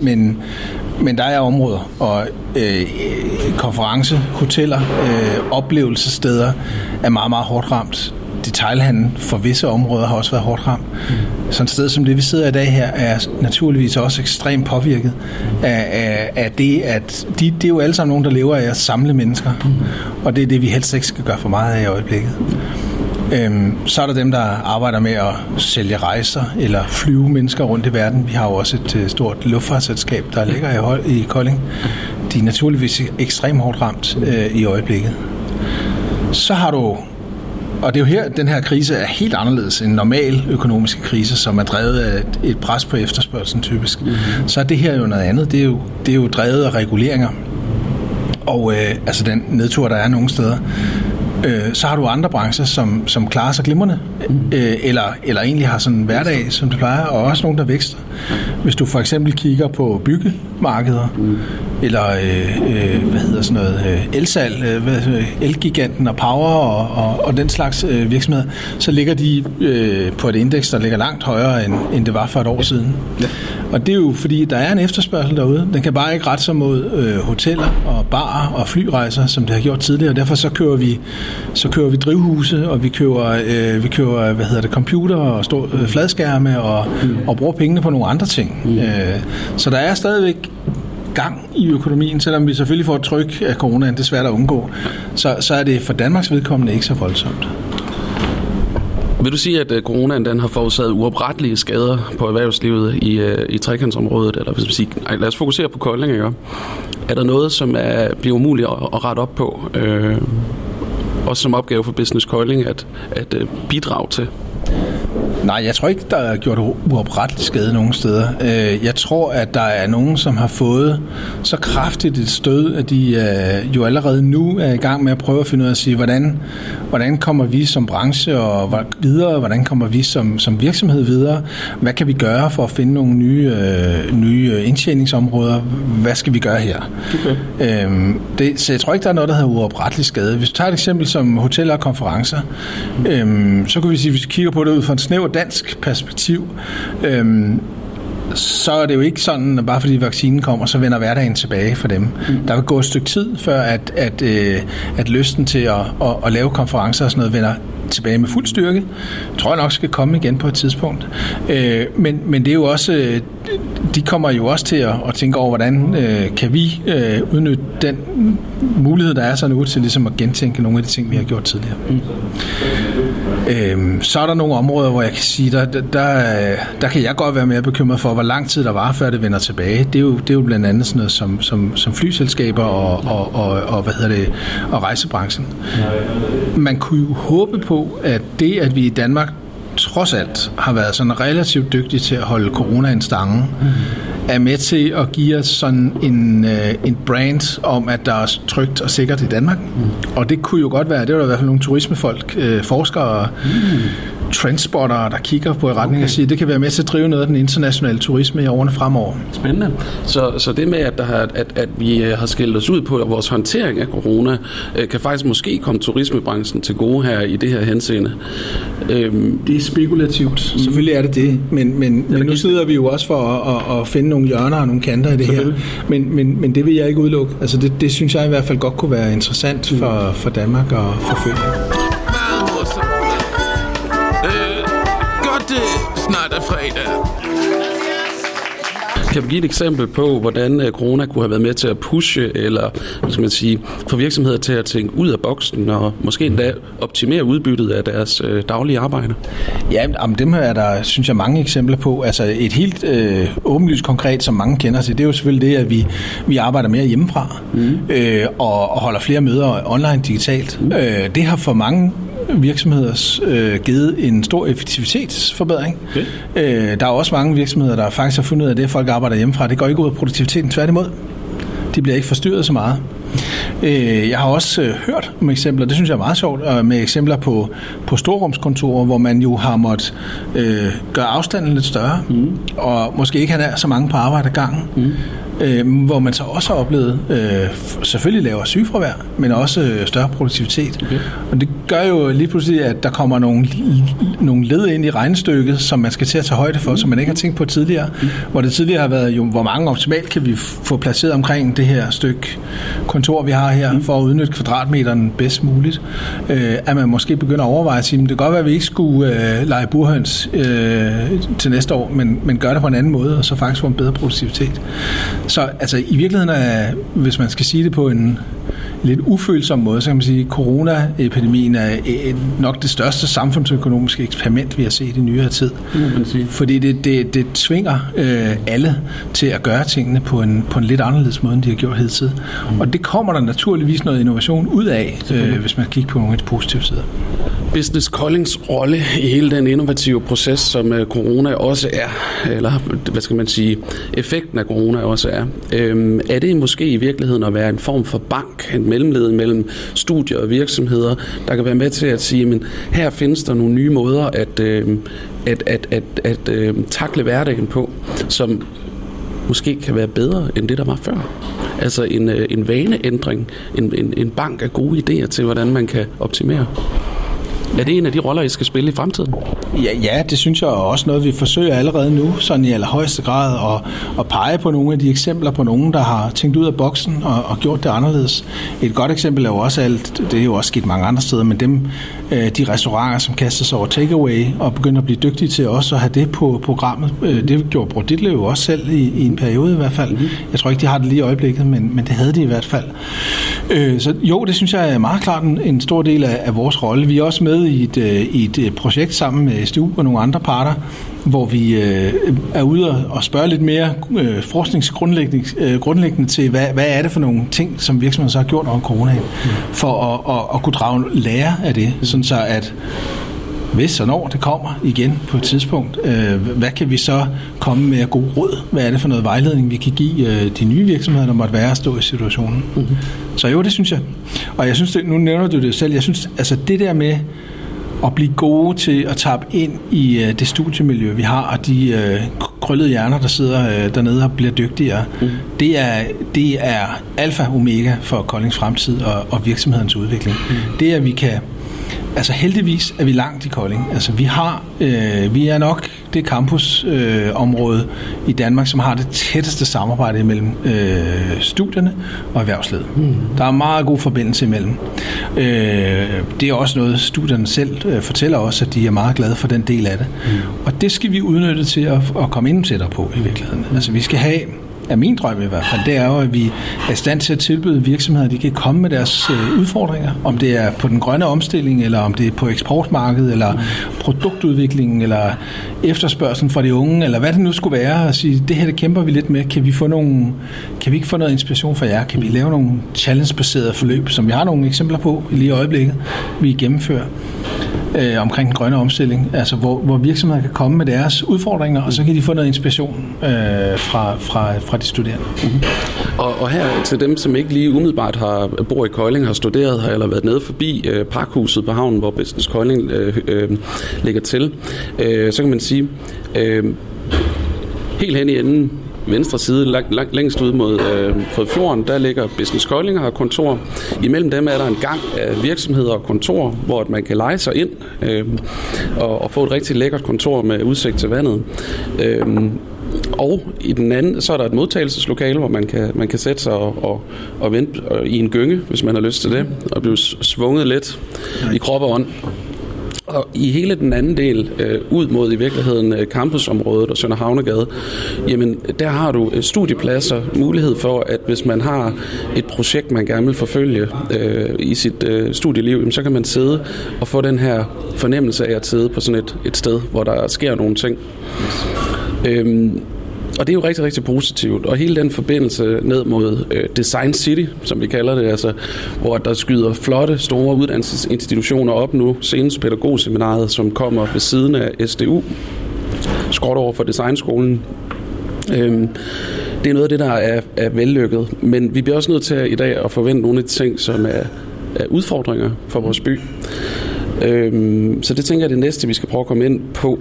men der er områder og konference, hoteller, oplevelsessteder er meget, meget hårdt ramt. Detailhandlen for visse områder har også været hårdt ramt. Sådan et sted som det, vi sidder i dag her, er naturligvis også ekstremt påvirket af det, at det er jo alle sammen nogen, der lever af at samle mennesker. Og det er det, vi helst ikke skal gøre for meget af i øjeblikket. Så er der dem, der arbejder med at sælge rejser eller flyve mennesker rundt i verden. Vi har jo også et stort luftfartsselskab, der ligger i Kolding. De er naturligvis ekstremt hårdt ramt i øjeblikket. Så har du, og det er jo her, den her krise er helt anderledes end en normal økonomisk krise, som er drevet af et pres på efterspørgslen typisk. Så er det her jo noget andet. Det er jo drevet af reguleringer. Og altså den nedtur, der er nogle steder. Så har du andre brancher, som klarer sig glimrende, eller egentlig har sådan en hverdag, som det plejer, og også nogen, der vækster. Hvis du for eksempel kigger på byggemarkeder, eller elsalg, Elgiganten og Power og den slags virksomheder, så ligger de på et indeks, der ligger langt højere, end det var for et år siden. Ja. Og det er jo fordi, der er en efterspørgsel derude. Den kan bare ikke rette sig mod hoteller og barer og flyrejser, som det har gjort tidligere. Derfor så kører vi drivhuse, og vi kører computer og fladskærme og bruger pengene på nogle andre ting. Så der er stadigvæk gang i økonomien, selvom vi selvfølgelig får et tryk af coronaen, det er svært at undgå, så er det for Danmarks vedkommende ikke så voldsomt. Vil du sige, at coronaen den har forårsaget uoprettelige skader på erhvervslivet i trekantsområdet? Eller hvis man siger, lad os fokusere på Kolding, ikke? Er der noget, som bliver umuligt at rette op på? Også som opgave for Business Kolding at bidrage til? Nej, jeg tror ikke, der er gjort uoprettelig skade nogen steder. Jeg tror, at der er nogen, som har fået så kraftigt et stød, at de jo allerede nu er i gang med at prøve at finde ud af at sige, hvordan kommer vi som branche og videre, hvordan kommer vi som virksomhed videre, hvad kan vi gøre for at finde nogle nye indtjeningsområder, hvad skal vi gøre her? Okay. Så jeg tror ikke, der er noget, der hedder uoprettelig skade. Hvis du tager et eksempel som hoteller og konferencer, så kan vi sige, hvis vi kigger på det ud fra en snæver dansk perspektiv, så er det jo ikke sådan, at bare fordi vaccinen kommer, så vender hverdagen tilbage for dem. Der vil gå et stykke tid, før at lysten til at lave konferencer og sådan noget vender tilbage med fuld styrke. Jeg tror nok skal komme igen på et tidspunkt. Men det er jo også, de kommer jo også til at tænke over, hvordan kan vi udnytte den mulighed, der er så nu til ligesom at gentænke nogle af de ting, vi har gjort tidligere. Så er der nogle områder, hvor jeg kan sige, der kan jeg godt være mere bekymret for, hvor lang tid der var, før det vender tilbage. Det er jo blandt andet sådan noget som flyselskaber og rejsebranchen. Man kunne jo håbe på, at det, at vi i Danmark trods alt har været sådan relativt dygtige til at holde coronaen stangen, er med til at give os sådan en brand om, at der er trygt og sikkert i Danmark. Og det kunne jo godt være, det var der i hvert fald nogle turismefolk, forskere, trendspottere, der kigger på i retning og siger, det kan være med til at drive noget af den internationale turisme i årene fremover. Spændende. Så det med, at vi har skilt os ud på vores håndtering af corona, kan faktisk måske komme turismebranchen til gode her i det her henseende. Det er spekulativt. Selvfølgelig er det. Men nu sidder vi jo også for at finde nogle hjørner og nogle kanter i det her. Men det vil jeg ikke udelukke. Altså det synes jeg i hvert fald godt kunne være interessant for Danmark at forfølge. Snart er fredag. Kan vi give et eksempel på, hvordan corona kunne have været med til at pushe, eller hvad skal man sige, få virksomheder til at tænke ud af boksen, og måske endda optimere udbyttet af deres daglige arbejde? Ja, dem er der, synes jeg, mange eksempler på. Altså et helt åbenlyst konkret, som mange kender til, det er jo selvfølgelig det, at vi arbejder mere hjemmefra, og holder flere møder online digitalt. Det har for mange virksomheder givet en stor effektivitetsforbedring. Okay. Der er også mange virksomheder, der faktisk har fundet ud af det, at folk arbejder hjemmefra. Det går ikke ud af produktiviteten, tværtimod. De bliver ikke forstyrret så meget. Jeg har også hørt om eksempler, det synes jeg er meget sjovt, med eksempler på storrumskontorer, hvor man jo har måttet gøre afstanden lidt større, og måske ikke have så mange på arbejde ad gangen. Hvor man så også har oplevet selvfølgelig lavere sygefravær, men også større produktivitet. Okay. Og det gør jo lige pludselig, at der kommer nogle led ind i regnestykket, som man skal til at tage højde for, som man ikke har tænkt på tidligere. Hvor det tidligere har været, jo, hvor mange optimalt kan vi få placeret omkring det her stykke kontor, vi har her, for at udnytte kvadratmeteren bedst muligt. At man måske begynder at overveje at sige, det kan godt være, at vi ikke skulle lege burhøns til næste år, men gøre det på en anden måde, og så faktisk få en bedre produktivitet. Så altså i virkeligheden, hvis man skal sige det på en lidt ufølsom måde, så kan man sige, at coronaepidemien er nok det største samfundsøkonomiske eksperiment, vi har set i nyere tid. Fordi det tvinger alle til at gøre tingene på en lidt anderledes måde, end de har gjort hele tiden. Og det kommer der naturligvis noget innovation ud af, hvis man kigger på nogle af de positive sider. Business Koldings rolle i hele den innovative proces, som corona også er, eller hvad skal man sige, effekten af corona også er. Er det måske i virkeligheden at være en form for bank, en mellemled mellem studier og virksomheder, der kan være med til at sige, men her findes der nogle nye måder at takle hverdagen på, som måske kan være bedre end det, der var før. Altså en vaneændring, en bank af gode idéer til, hvordan man kan optimere. Er det en af de roller, I skal spille i fremtiden? Ja, det synes jeg også noget, vi forsøger allerede nu, sådan i allerhøjeste grad, at pege på nogle af de eksempler på nogen, der har tænkt ud af boksen og gjort det anderledes. Et godt eksempel er jo også alt, det er jo også sket mange andre steder, men de restauranter, som kaster sig over takeaway og begynder at blive dygtige til også at have det på programmet. Det gjorde Bror Ditlev jo også selv i en periode i hvert fald. Jeg tror ikke, de har det lige i øjeblikket, men det havde de i hvert fald. Så jo, det synes jeg er meget klart en stor del af vores rolle. Vi er også med i et projekt sammen med SDU og nogle andre parter, hvor vi er ude og spørge lidt mere forskningsgrundlæggende til, hvad er det for nogle ting, som virksomheder så har gjort over coronaen, for at kunne drage lære af det, sådan så at hvis og når det kommer igen på et tidspunkt, hvad kan vi så komme med af god råd? Hvad er det for noget vejledning, vi kan give de nye virksomheder, der måtte være at stå i situationen? Så jo, det synes jeg. Og jeg synes, nu nævner du det selv, jeg synes, altså det der med at blive gode til at tappe ind i det studiemiljø, vi har, og de krøllede hjerner, der sidder dernede og bliver dygtigere, det er alfa og omega for Koldings fremtid og virksomhedens udvikling. Det er, at altså heldigvis er vi langt i Kolding. Altså vi er nok det campusområde i Danmark, som har det tætteste samarbejde mellem studierne og erhvervslivet. Der er meget god forbindelse imellem. Det er også noget, studierne selv fortæller os, at de er meget glade for den del af det. Og det skal vi udnytte til at komme endnu tættere på i virkeligheden. Altså vi skal have, er min drøm i hvert fald, det er jo, at vi er i stand til at tilbyde virksomheder, at de kan komme med deres udfordringer, om det er på den grønne omstilling, eller om det er på eksportmarkedet, eller produktudviklingen, eller efterspørgselen fra de unge, eller hvad det nu skulle være, og sige, det her det kæmper vi lidt med, kan vi ikke få noget inspiration fra jer, kan vi lave nogle challenge-baserede forløb, som vi har nogle eksempler på lige i øjeblikket, vi gennemfører omkring den grønne omstilling, altså hvor virksomheder kan komme med deres udfordringer, og så kan de få noget inspiration fra de studerende. Og her til dem, som ikke lige umiddelbart bor i Kolding, har studeret her, eller været nede forbi Parkhuset på havnen, hvor Business Kolding ligger til, så kan man sige, helt hen i enden, venstre side, længst ud mod fjorden, der ligger Business Kolding og har kontor. Imellem dem er der en gang af virksomheder og kontor, hvor man kan leje sig ind og få et rigtig lækkert kontor med udsigt til vandet. Og i den anden, så er der et modtagelseslokale, hvor man kan sætte sig og vente i en gynge, hvis man har lyst til det, og blive svunget lidt i krop og ånd. Og i hele den anden del, ud mod i virkeligheden campusområdet og Sønder Havnegade, jamen der har du studiepladser, mulighed for, at hvis man har et projekt, man gerne vil forfølge i sit studieliv, jamen, så kan man sidde og få den her fornemmelse af at sidde på sådan et sted, hvor der sker nogle ting. Og det er jo rigtig, rigtig positivt. Og hele den forbindelse ned mod Design City, som vi kalder det, altså, hvor der skyder flotte, store uddannelsesinstitutioner op nu. Senest pædagogseminaret, som kommer ved siden af SDU, skråt over for Designskolen. Det er noget af det, der er vellykket. Men vi bliver også nødt til i dag at forvente nogle af de ting, som er udfordringer for vores by. Så det tænker jeg er det næste, vi skal prøve at komme ind på.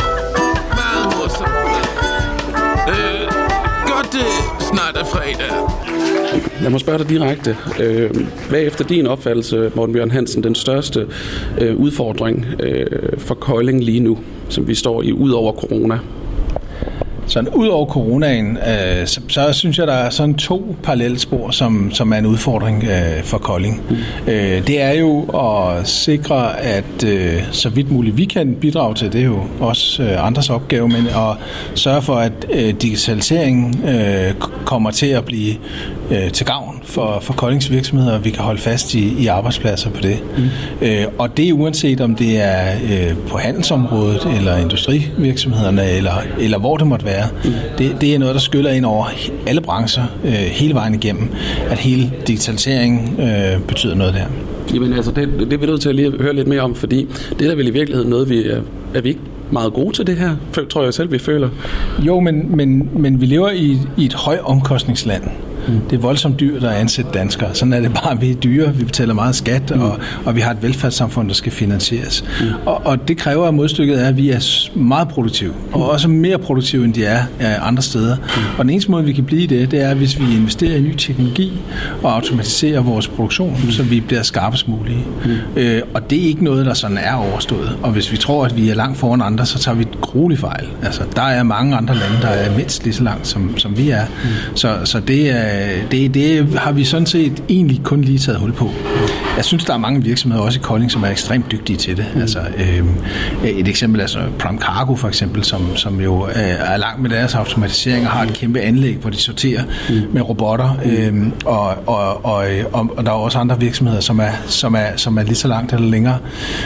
Snart er fredag. Lad mig spørge dig direkte. Hvad er efter din opfattelse, Morten Bjørn Hansen, den største udfordring for Kolding lige nu, som vi står i ud over corona? Sådan ud over coronaen, så synes jeg, der er sådan 2 parallelspor, som er en udfordring for Kolding. Det er jo at sikre, at så vidt muligt vi kan bidrage til, det er jo også andres opgave, men at sørge for, at digitaliseringen kommer til at blive til gavn for Koldings virksomheder, og vi kan holde fast i arbejdspladser på det. Og det er uanset om det er på handelsområdet, eller industrivirksomhederne, eller hvor det måtte være. Det er noget, der skyller ind over alle brancher hele vejen igennem, at hele digitaliseringen betyder noget der. Jamen altså, det er vi nødt til at lige høre lidt mere om, fordi det er vel i virkeligheden noget, er vi ikke meget gode til det her, tror jeg selv, vi føler. Jo, men vi lever i et højt omkostningsland. Det er voldsomt dyrt at ansætte danskere. Sådan er det bare. Vi er dyre, vi betaler meget skat, og vi har et velfærdssamfund, der skal finansieres. Og det kræver, at modstykket er, at vi er meget produktive, og også mere produktive, end de er andre steder. Og den eneste måde, vi kan blive det er, hvis vi investerer i ny teknologi og automatiserer vores produktion, så vi bliver skarpest mulige. Og det er ikke noget, der sådan er overstået. Og hvis vi tror, at vi er langt foran andre, så tager vi et grueligt fejl. Altså, der er mange andre lande, der er mindst lige så langt, som vi er. Så det har vi sådan set egentlig kun lige taget hul på. Jeg synes, der er mange virksomheder, også i Kolding, som er ekstremt dygtige til det. Altså, et eksempel er Prime Cargo for eksempel, som jo er langt med deres automatisering og har et kæmpe anlæg, hvor de sorterer med robotter. Og der er også andre virksomheder, som er lige så langt eller længere.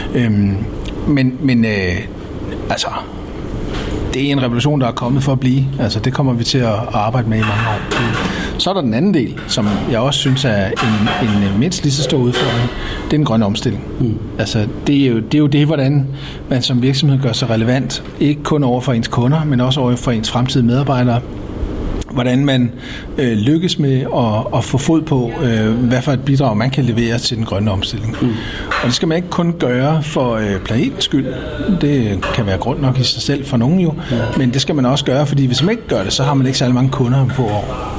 Men altså, det er en revolution, der er kommet for at blive. Altså, det kommer vi til at arbejde med i mange år. Så er der den anden del, som jeg også synes er en mindst lige så stor udfordring. Det er den grønne omstilling. Altså, det er jo det, hvordan man som virksomhed gør sig relevant. Ikke kun over for ens kunder, men også over for ens fremtidige medarbejdere. Hvordan man lykkes med at få fod på, hvad for et bidrag man kan levere til den grønne omstilling. Og det skal man ikke kun gøre for planetens skyld. Det kan være grund nok i sig selv for nogen jo. Men det skal man også gøre, fordi hvis man ikke gør det, så har man ikke særlig mange kunder på år.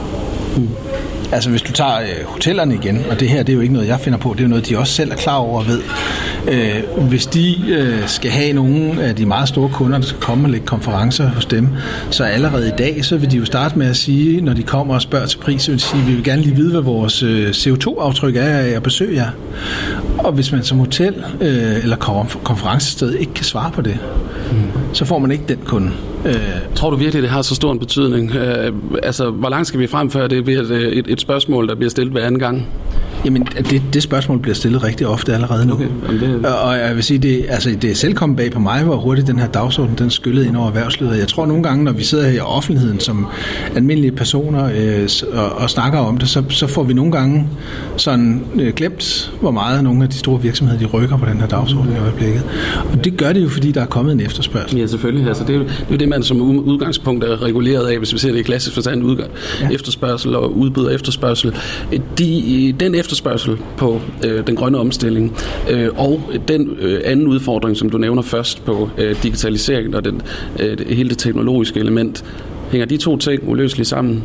Altså hvis du tager hotellerne igen, og det her, det er jo ikke noget, jeg finder på, det er jo noget, de også selv er klar over og ved, Hvis de skal have nogle af de meget store kunder, der skal komme og lægge konferencer hos dem, så allerede i dag, så vil de jo starte med at sige, når de kommer og spørger til pris, så vil de sige, vi vil gerne lige vide, hvad vores CO2-aftryk er af at besøge jer. Og hvis man som hotel eller konferencested ikke kan svare på det, så får man ikke den kunde. Tror du virkelig, det har så stor en betydning? Altså, hvor langt skal vi frem, før det bliver et spørgsmål, der bliver stillet hver anden gang? Jamen, det spørgsmål bliver stillet rigtig ofte allerede nu. Okay. Og jeg vil sige, det er selv kommet bag på mig, hvor hurtigt den her dagsorden, den skyllede ind over erhvervslivet. Jeg tror nogle gange, når vi sidder her i offentligheden som almindelige personer og snakker om det, så får vi nogle gange sådan glemt, hvor meget nogle af de store virksomheder, de rykker på den her dagsorden i øjeblikket. Og det gør det jo, fordi der er kommet en efterspørgsel. Ja, selvfølgelig. Altså, det er jo det, man som udgangspunkt er reguleret af, hvis vi ser det i klassisk forstand, efterspørgsel og udbud af efterspørgsel. Den efterspørgsel på den grønne omstilling og den anden udfordring, som du nævner først på digitalisering og hele det teknologiske element, hænger de to ting uløseligt sammen?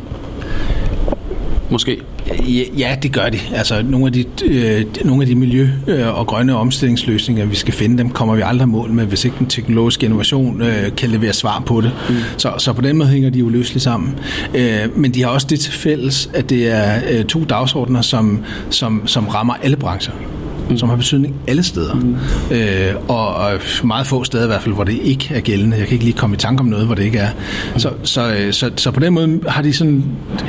Måske? Ja, det gør de. Altså nogle af de miljø- og grønne omstillingsløsninger, vi skal finde, dem kommer vi aldrig mål med, hvis ikke den teknologiske innovation kan levere svar på det. Så på den måde hænger de uløseligt sammen. Men de har også det til fælles, at det er to dagsordener, som rammer alle brancher. Som har betydning alle steder. Og meget få steder i hvert fald, hvor det ikke er gældende. Jeg kan ikke lige komme i tanke om noget, hvor det ikke er. Så på den måde har de sådan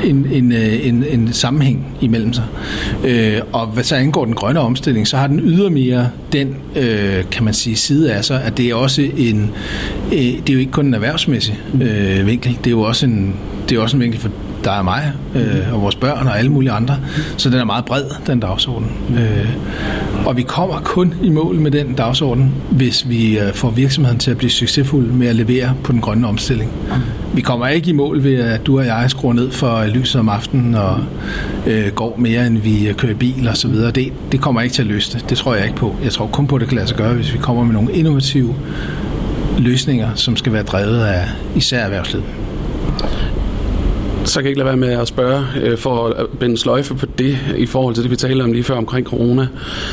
en sammenhæng imellem sig. Og hvad så angår den grønne omstilling, så har den ydermere den, kan man sige, side af sig, at det er også det er jo ikke kun en erhvervsmæssig vinkel. Det er jo også en vinkel for der er mig og vores børn og alle mulige andre. Så den er meget bred, den dagsorden. Og vi kommer kun i mål med den dagsorden, hvis vi får virksomheden til at blive succesfuld med at levere på den grønne omstilling. Vi kommer ikke i mål ved, at du og jeg skruer ned for lyset om aftenen og går mere, end vi kører bil og så videre. Det kommer ikke til at løse det. Det tror jeg ikke på. Jeg tror kun på, at det kan lade sig gøre, hvis vi kommer med nogle innovative løsninger, som skal være drevet af især erhvervslivet. Så kan jeg ikke lade være med at spørge, for at binde sløjfe på det, i forhold til det, vi talte om lige før omkring corona.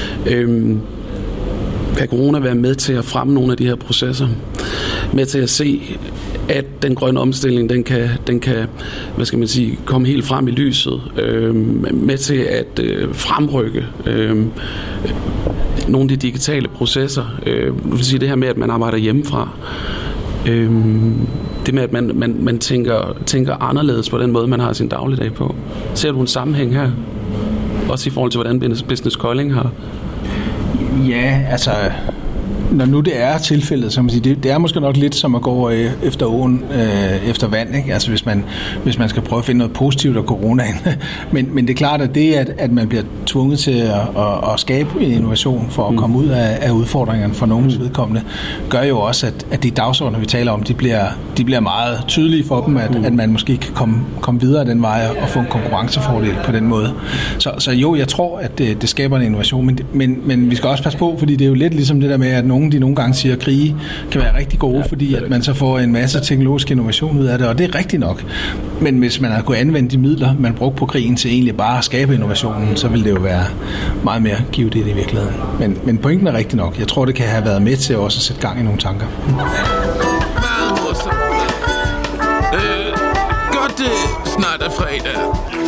Kan corona være med til at fremme nogle af de her processer? Med til at se, at den grønne omstilling, den kan hvad skal man sige, komme helt frem i lyset? Med til at fremrykke nogle af de digitale processer? Du vil sige det her med, at man arbejder hjemmefra. Det med, at man tænker anderledes på den måde, man har sin dagligdag på. Ser du en sammenhæng her? Også i forhold til, hvordan Business Kolding har? Ja, altså når nu det er tilfældet, så man sige, det er måske nok lidt som at gå efter åen efter vand, ikke? Altså hvis man skal prøve at finde noget positivt af coronaen. men det er klart, at det, at man bliver tvunget til at skabe en innovation for at komme ud af udfordringerne for nogens vedkommende, gør jo også, at de dagsordener, vi taler om, de bliver meget tydelige for dem, at man måske kan komme videre den vej og få en konkurrencefordel på den måde. Så jo, jeg tror, at det skaber en innovation, men vi skal også passe på, fordi det er jo lidt ligesom det der med, at de nogle gange siger, at krige kan være rigtig gode, fordi at man så får en masse teknologisk innovation ud af det, og det er rigtigt nok. Men hvis man har kunnet anvende de midler, man brugte på krigen til egentlig bare at skabe innovationen, så vil det jo være meget mere givet i virkeligheden. Men pointen er rigtig nok. Jeg tror, det kan have været med til også at sætte gang i nogle tanker. Godt, snart er fredag.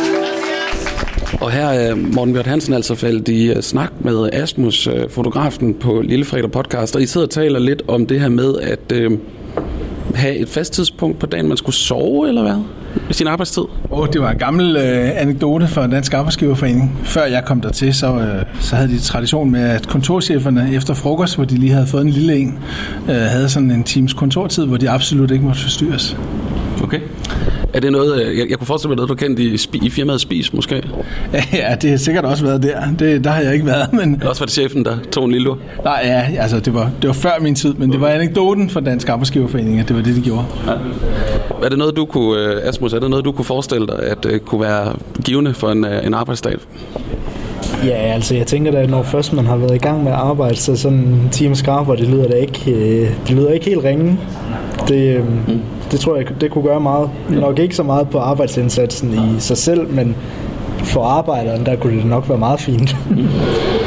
Og her er Morten Bjørn Hansen altså faldet i snak med Asmus, fotografen på Lillefredag podcast, og I sidder og taler lidt om det her med at have et fast tidspunkt på dagen, man skulle sove, eller hvad? I sin arbejdstid? Det var en gammel anekdote fra Dansk Arbejdsgiverforening. Før jeg kom dertil, så havde de tradition med, at kontorcheferne efter frokost, hvor de lige havde fået en lille en, havde sådan en times kontortid, hvor de absolut ikke måtte forstyrres. Okay. Er det noget, jeg kunne forestille mig noget, du kendte i firmaet Spis, måske? Ja, det har sikkert også været der. Der har jeg ikke været, men... Det også var det chefen, der tog en lille lur? Nej, ja, altså det var før min tid, men det var anekdoten fra Dansk Arbejdsgiverforening, at det var det, de gjorde. Ja. Er det noget, du kunne, Asmus, forestille dig, at kunne være givende for en arbejdsdag? Ja, altså jeg tænker da, når først man har været i gang med at arbejde, så sådan en times arbejde, det lyder ikke helt ringe. Det tror jeg, det kunne gøre meget. Nok ikke så meget på arbejdsindsatsen i sig selv, men for arbejderen, der kunne det nok være meget fint.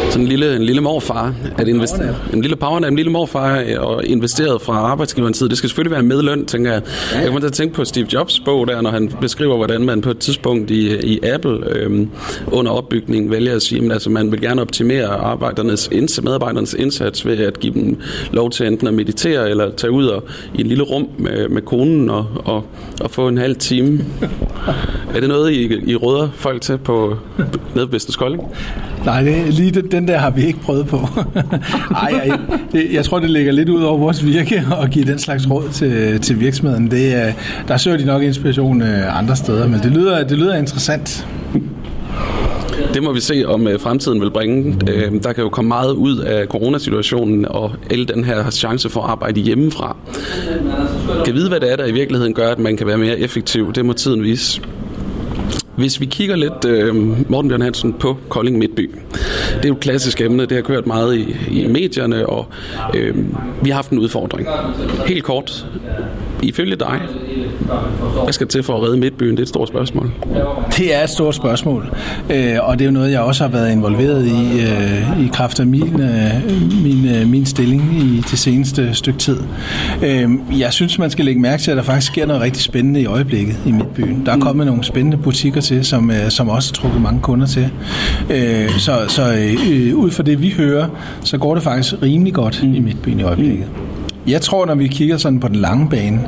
sådan en lille morfar, en lille morfar og investeret fra arbejdsgiverens side. Det skal selvfølgelig være med løn, tænker jeg. Jeg kommer til at tænke på Steve Jobs bog der, når han beskriver, hvordan man på et tidspunkt i Apple under opbygningen vælger at sige, at altså, man vil gerne optimere medarbejdernes indsats ved at give dem lov til enten at meditere eller tage ud i et lille rum med konen og få en halv time. Er det noget, I råder folk til på nede på Business Kolding? Nej, lige den der har vi ikke prøvet på. Jeg tror, det ligger lidt ud over vores virke at give den slags råd til virksomheden. Der søger de nok inspiration andre steder, men det lyder interessant. Det må vi se, om fremtiden vil bringe. Der kan jo komme meget ud af coronasituationen og alle den her chance for at arbejde hjemmefra. Kan vide, hvad det er, der i virkeligheden gør, at man kan være mere effektiv. Det må tiden vise. Hvis vi kigger lidt, Morten Bjørn Hansen, på Kolding Midtby. Det er jo et klassisk emne, det har kørt meget i medierne, og vi har haft en udfordring. Helt kort, ifølge dig, hvad skal til for at redde Midtbyen? Det er et stort spørgsmål. Det er et stort spørgsmål, og det er jo noget, jeg også har været involveret i kraft af min stilling i det seneste stykke tid. Jeg synes, man skal lægge mærke til, at der faktisk sker noget rigtig spændende i øjeblikket i Midtbyen. Der er kommet nogle spændende butikker til, som også har trukket mange kunder til. Så ud fra det, vi hører, så går det faktisk rimelig godt i Midtbyen i øjeblikket. Jeg tror, når vi kigger sådan på den lange bane,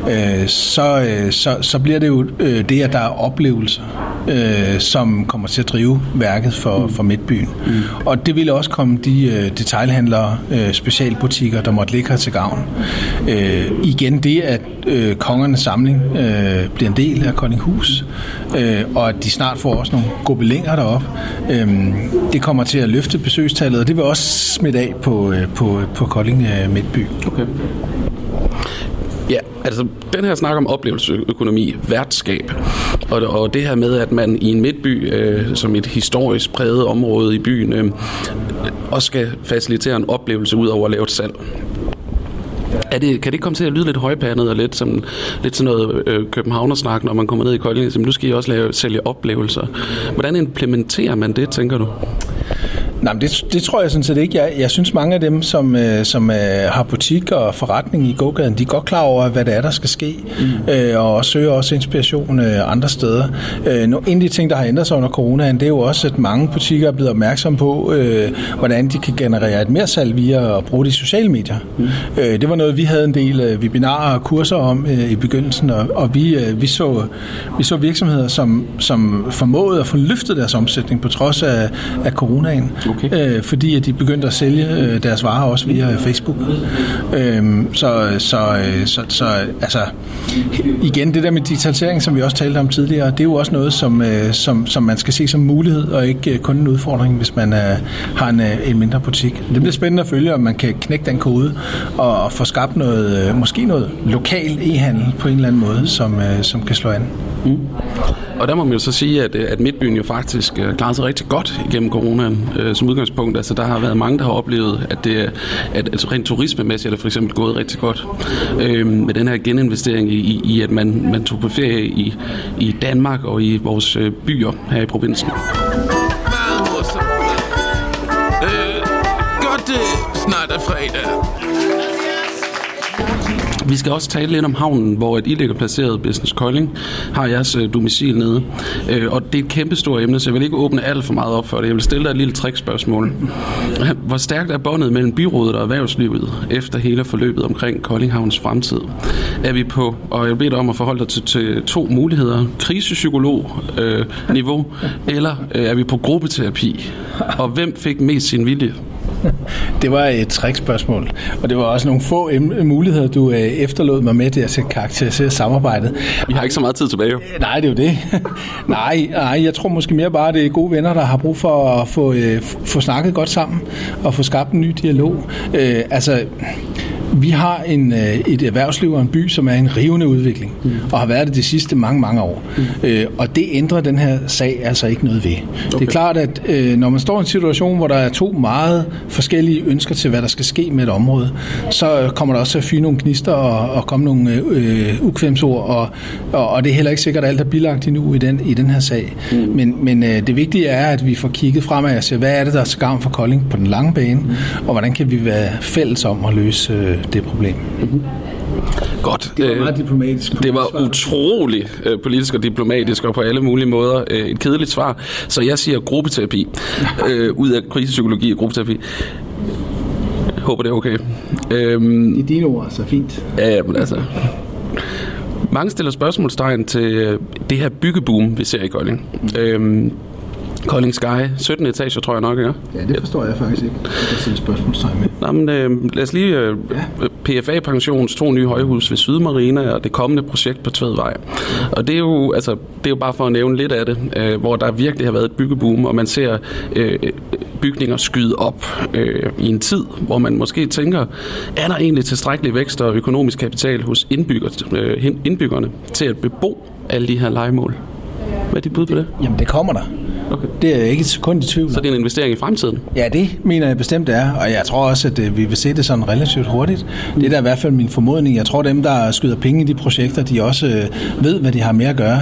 så bliver det jo det, at der er oplevelser, som kommer til at drive værket for Midtbyen. Og det vil også komme de detailhandlere, specialbutikker, der måtte ligge her til gavn. Igen det, at kongernes samling bliver en del af Koldinghus, og at de snart får også nogle gobelinger deroppe. Det kommer til at løfte besøgstallet, og det vil også smitte af på Kolding Midtby. Okay. Ja, altså den her snak om oplevelsesøkonomi, værtskab, og det her med, at man i en midtby, som et historisk præget område i byen, også skal facilitere en oplevelse ud over at lave et salg. Kan det komme til at lyde lidt højpandet og lidt sådan noget københavnersnak, når man kommer ned i Kolding? Nu skal I også sælge oplevelser. Hvordan implementerer man det, tænker du? Nej, men det tror jeg sådan set ikke. Jeg synes, mange af dem, som har butik og forretning i gågaden, de er godt klar over, hvad det er, der skal ske, og søger også inspiration andre steder. En af de ting, der har ændret sig under coronaen, det er jo også, at mange butikker er blevet opmærksom på, hvordan de kan generere et mersalg via at bruge de sociale medier. Det var noget, vi havde en del webinarer og kurser om i begyndelsen, og vi så virksomheder, som formåede at få løftet deres omsætning på trods af coronaen. Okay. Fordi at de begyndte at sælge deres varer også via Facebook. Så altså igen, det der med digitalisering, som vi også talte om tidligere, det er jo også noget, som man skal se som mulighed, og ikke kun en udfordring, hvis man har en mindre butik. Det bliver spændende at følge, om man kan knække den kode og få skabt noget, måske noget lokal e-handel på en eller anden måde, som kan slå an. Og der må man jo så sige, at Midtbyen jo faktisk klarer sig rigtig godt igennem coronaen som udgangspunkt. Altså der har været mange, der har oplevet, at altså rent turismemæssigt er det for eksempel gået rigtig godt med den her geninvestering i at man tog på ferie i Danmark og i vores byer her i provinsen. Godt snart er fredag. Vi skal også tale lidt om havnen, hvor et illegalt placeret Business Kolding har jeres domicil nede. Og det er et kæmpestort emne, så jeg vil ikke åbne alt for meget op for det. Jeg vil stille dig et lille trickspørgsmål. Hvor stærkt er båndet mellem byrådet og erhvervslivet efter hele forløbet omkring Kolding Havns fremtid? Er vi på, og jeg beder dig om at forholde dig til to muligheder, krisepsykolog-niveau, eller er vi på gruppeterapi? Og hvem fik mest sin vilje? Det var et trickspørgsmål, og det var også nogle få muligheder, du efterlod mig med til at karakterisere samarbejdet. Vi har ikke så meget tid tilbage. Nej, det er jo det. Nej, jeg tror måske mere bare, det er gode venner, der har brug for at få snakket godt sammen og få skabt en ny dialog. Vi har et erhvervsliv og en by, som er en rivende udvikling, og har været det de sidste mange år. Og det ændrer den her sag altså ikke noget ved. Okay. Det er klart, at når man står i en situation, hvor der er to meget forskellige ønsker til, hvad der skal ske med et område, så kommer der også til at fyre nogle gnister og komme nogle ukvemsord, og det er heller ikke sikkert, at alt er bilagt endnu i den her sag. Men det vigtige er, at vi får kigget fremad og ser, hvad er det, der er til gavn for Kolding på den lange bane, og hvordan kan vi være fælles om at løse det problem. Godt. Det var meget diplomatisk. Det var utrolig politisk og diplomatisk, og på alle mulige måder et kedeligt svar. Så jeg siger gruppeterapi. Ud af krisepsykologi og gruppeterapi. Jeg håber, det er okay. I dine ord, så fint. Ja, men altså... Mange stiller spørgsmålstegn til det her byggeboom, vi ser i Kolding. Kolding Sky, 17 etager, tror jeg nok, ikke? Ja, det forstår jeg faktisk ikke. Jeg kan stille spørgsmålstegn med. Nå, men lad os lige... PFA Pensions 2 nye højhus ved Sydmarina og det kommende projekt på Tvedvej. Og det er jo bare for at nævne lidt af det, hvor der virkelig har været et byggeboom, og man ser bygninger skyde op i en tid, hvor man måske tænker, er der egentlig tilstrækkelig vækst og økonomisk kapital hos indbyggerne til at bebo alle de her lejemål? Hvad er dit bud på det? Jamen, det kommer der. Okay. Det er jeg ikke et sekund i tvivl. Så det er en investering i fremtiden? Ja, det mener jeg bestemt det er, og jeg tror også, at vi vil se det sådan relativt hurtigt. Det er da i hvert fald min formodning. Jeg tror, dem, der skyder penge i de projekter, de også ved, hvad de har med at gøre.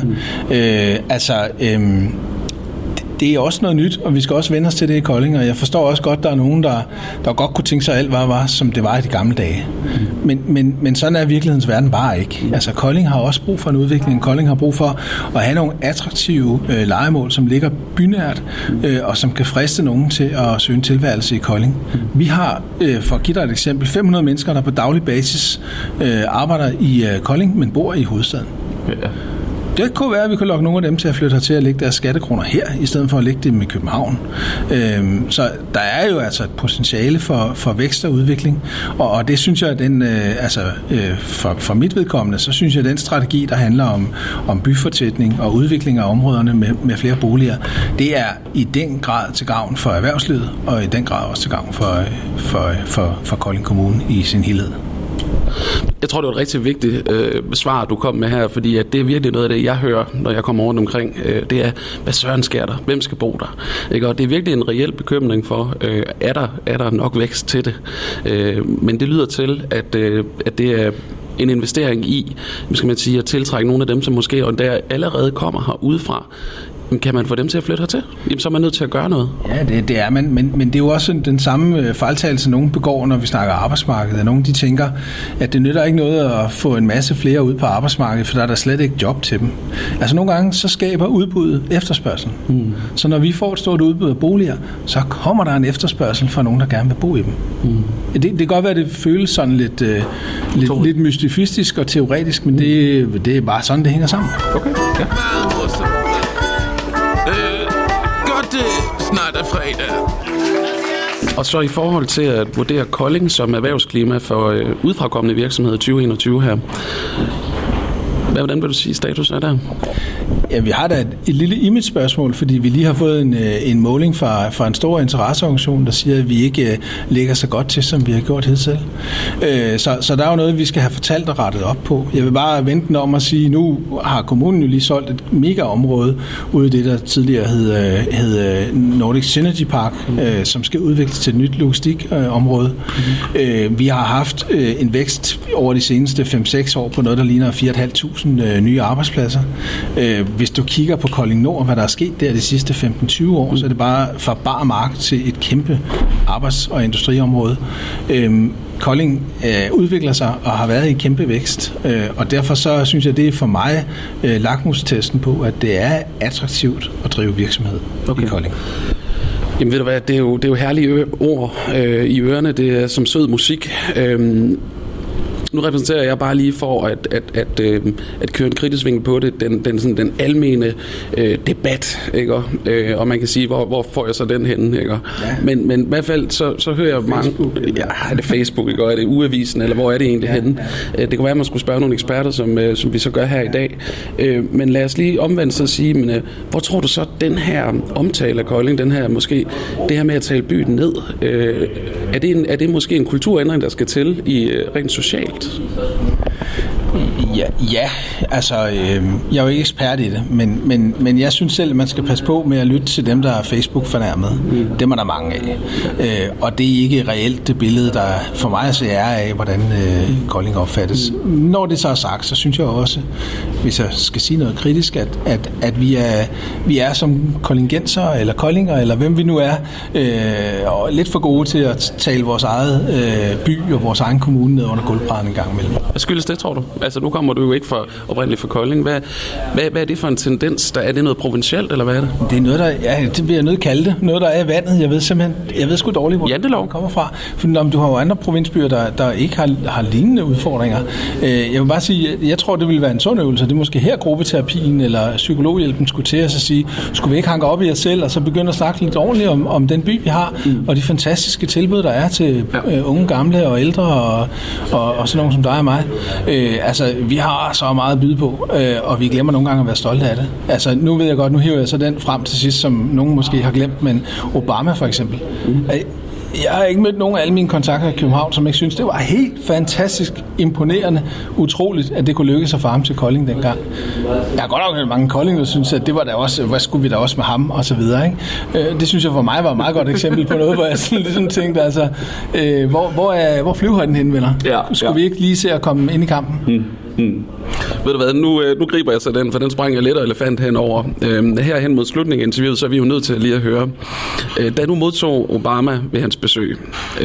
Det er også noget nyt, og vi skal også vende os til det i Kolding, og jeg forstår også godt, at der er nogen, der godt kunne tænke sig, at alt var, som det var i de gamle dage. Men sådan er virkelighedens verden bare ikke. Altså, Kolding har også brug for en udvikling. Kolding har brug for at have nogle attraktive lejemål, som ligger bynært, og som kan friste nogen til at søge en tilværelse i Kolding. Vi har, for at give dig et eksempel, 500 mennesker, der på daglig basis arbejder i Kolding, men bor i hovedstaden. Ja. Det kunne være, at vi kunne lokke nogle af dem til at flytte hertil og lægge deres skattekroner her, i stedet for at lægge dem i København. Så der er jo altså et potentiale for vækst og udvikling, og det synes jeg, at for mit vedkommende, så synes jeg, at den strategi, der handler om byfortætning og udvikling af områderne med flere boliger, det er i den grad til gavn for erhvervslivet, og i den grad også til gavn for Kolding Kommune i sin helhed. Jeg tror, det var et rigtig vigtigt svar, du kom med her, fordi at det er virkelig noget af det, jeg hører, når jeg kommer rundt omkring. Det er, hvad søren sker der? Hvem skal bo der? Ikke? Og det er virkelig en reel bekymring for, er der nok vækst til det? Men det lyder til, at det er en investering i, skal man sige, at tiltrække nogle af dem, som måske allerede kommer her udefra. Kan man få dem til at flytte hertil? Jamen, så er man nødt til at gøre noget. Ja, det er man, men det er jo også den samme fejltagelse, nogen begår, når vi snakker arbejdsmarkedet. Nogen, de tænker, at det nytter ikke noget at få en masse flere ud på arbejdsmarkedet, for der er der slet ikke job til dem. Altså nogle gange, så skaber udbuddet efterspørgsel. Så når vi får et stort udbud af boliger, så kommer der en efterspørgsel fra nogen, der gerne vil bo i dem. Det kan godt være, at det føles sådan lidt mystifistisk og teoretisk, men det er bare sådan, det hænger sammen. Okay, ja. Snart er fredag. Og så i forhold til at vurdere Kolding som erhvervsklima for udefrakommende virksomheder 2021 her. Hvordan vil du sige, status er der? Ja, vi har da et lille image-spørgsmål, fordi vi lige har fået en måling fra en stor interesseorganisation, der siger, at vi ikke ligger så godt til, som vi har gjort hidtil. Så der er jo noget, vi skal have fortalt og rettet op på. Jeg vil bare vente den om at sige, nu har kommunen jo lige solgt et mega-område ude i det, der tidligere hed Nordic Synergy Park, som skal udvikles til et nyt logistikområde. Vi har haft en vækst over de seneste 5-6 år på noget, der ligner 4.500 nye arbejdspladser. Hvis du kigger på Kolding Nord, hvad der er sket der de sidste 15-20 år, så er det bare fra bar mark til et kæmpe arbejds- og industriområde. Kolding udvikler sig og har været i kæmpe vækst, og derfor så synes jeg, det er for mig lakmustesten på, at det er attraktivt at drive virksomhed i Kolding. Jamen ved du hvad, det er jo herlige ord i ørerne, det er som sød musik. nu repræsenterer jeg bare lige for at køre en kritisk vinkel på det, den almene debat, ikke? Og man kan sige, hvor får jeg så den henne, ikke? Ja. Men i hvert fald, så hører jeg mange... Er det Facebook, ikke? Er det Ugeavisen, eller hvor er det egentlig henne? Det kunne være, at man skulle spørge nogle eksperter, som vi så gør her i dag. Men lad os lige omvendt så sige, men, hvor tror du så, den her omtale af Kolding, den her måske, det her med at tale byen ned, er det måske en kulturændring, der skal til i rent socialt? Ja, altså, jeg er jo ikke ekspert i det, men jeg synes selv, at man skal passe på med at lytte til dem, der er Facebook-fornærmet. Dem er der mange af. Og det er ikke reelt det billede, der for mig så er af, hvordan Kolding opfattes. Når det så er sagt, så synes jeg også, hvis jeg skal sige noget kritisk, at vi er som koldingenser, eller koldinger, eller hvem vi nu er, lidt for gode til at tale vores eget by og vores egen kommune ned under gulvbrædderne en gang imellem. Hvad skyldes det, tror du? Altså, nu kommer du jo ikke oprindeligt fra Kolding. Hvad er det for en tendens? Er det noget provincielt, eller hvad er det? Det er noget, det vil jeg nødt kalde det. Noget, der er i vandet. Jeg ved sgu dårligt, hvor det kommer fra. For du har jo andre provinsbyer, der ikke har lignende udfordringer. Jeg vil bare sige, jeg tror, det ville være en sund øvelse. Det er måske her gruppeterapien eller psykologhjælpen skulle til at sige, skulle vi ikke hanke op i os selv, og så begynde at snakke lidt ordentligt om den by, vi har, og de fantastiske tilbud, der er til unge, gamle og ældre, og sådan nogen som dig og mig. Altså, vi har så meget at byde på, og vi glemmer nogle gange at være stolte af det. Altså, nu ved jeg godt, nu hiver jeg så den frem til sidst, som nogen måske har glemt, men Obama for eksempel. Jeg har ikke mødt nogen af alle mine kontakter i København, som ikke synes, det var helt fantastisk imponerende, utroligt, at det kunne lykkes at få ham til Kolding dengang. Jeg har godt nok hørt mange Kolding, der synes, at det var da også, hvad skulle vi da også med ham, og så videre, ikke? Det synes jeg for mig var et meget godt eksempel på noget, hvor jeg sådan ligesom tænkte, altså, hvor flyvehøjden henne, venner? Ja, skulle vi ikke lige se at komme ind i kampen? Ved du hvad, nu griber jeg så den, for den sprang jeg let og elefant henover. Her hen mod slutningen af interviewet, så er vi jo nødt til lige at høre. Da du modtog Obama ved hans besøg,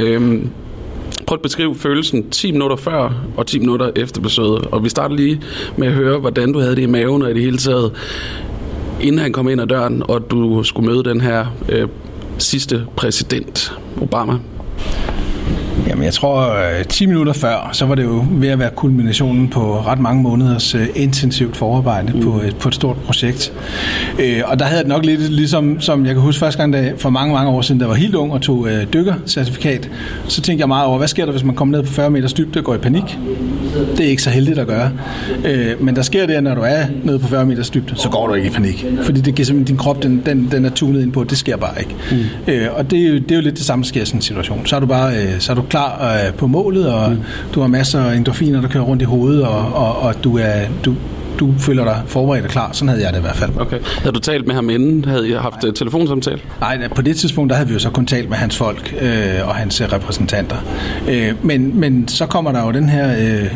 prøv at beskrive følelsen 10 minutter før og 10 minutter efter besøget. Og vi starter lige med at høre, hvordan du havde det i maven og i det hele taget, inden han kom ind ad døren, og du skulle møde den her sidste præsident, Obama. Jamen, jeg tror, 10 minutter før, så var det jo ved at være kulminationen på ret mange måneders intensivt forarbejde på et stort projekt. Og der havde jeg nok lidt ligesom, som jeg kan huske første gang, for mange år siden, der var helt ung og tog dykkercertifikat, så tænkte jeg meget over, hvad sker der, hvis man kommer ned på 40 meters dybde og går i panik? Det er ikke så heldigt at gøre. Men der sker det, når du er nede på 40 meters dybde, så går du ikke i panik. Fordi det giver simpelthen din krop, den er tunet ind på, det sker bare ikke. Og det er jo lidt det samme, der sker i sådan en situation. Så er du klar på målet, og du har masser af endorfiner, der kører rundt i hovedet, og du føler dig forberedt og klar. Sådan havde jeg det i hvert fald. Okay. Havde du talt med ham inden? Havde I haft telefonsamtale? Nej, på det tidspunkt, der havde vi jo så kun talt med hans folk og hans repræsentanter. Men så kommer der jo den her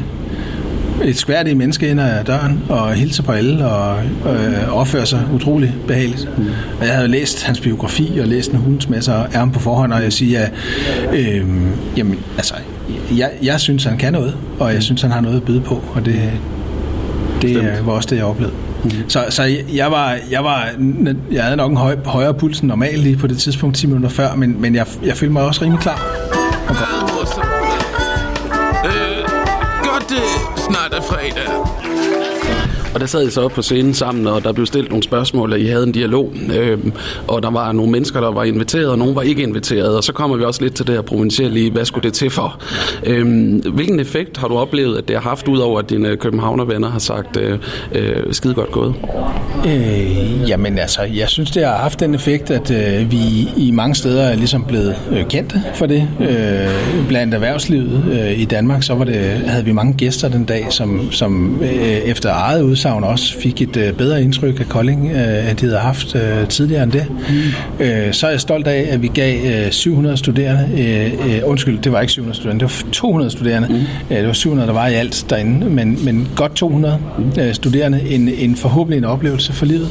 et skværdige menneske ind ad døren og hilser på alle og opfører sig utrolig behageligt. Og jeg havde læst hans biografi og læst en hundens masse af ham på forhånd, og jeg siger, at jamen, altså, jeg synes, han kan noget, og jeg synes, han har noget at byde på, og det var også det, jeg oplevede. Så jeg havde nok en højere puls end normalt lige på det tidspunkt 10 minutter før, men jeg følte mig også rimelig klar. Godt, snart er fredag. Og der sad I så op på scenen sammen, og der blev stillet nogle spørgsmål, og I havde en dialog. Og der var nogle mennesker, der var inviteret, og nogle var ikke inviteret. Og så kommer vi også lidt til det her provincielle i, hvad skulle det til for? Hvilken effekt har du oplevet, at det har haft, ud over at dine københavnervenner har sagt, skide godt gået? Jamen altså, jeg synes, det har haft den effekt, at vi i mange steder er ligesom blevet kendte for det. Blandt erhvervslivet i Danmark, så havde vi mange gæster den dag, som efter eget udsagn også fik et bedre indtryk af Kolding, end de havde haft tidligere end det. Så er jeg stolt af, at vi gav 700 studerende, undskyld, det var ikke 700 studerende, det var 200 studerende. Det var 700, der var i alt derinde, men godt 200 studerende, en forhåbentlig en oplevelse for livet.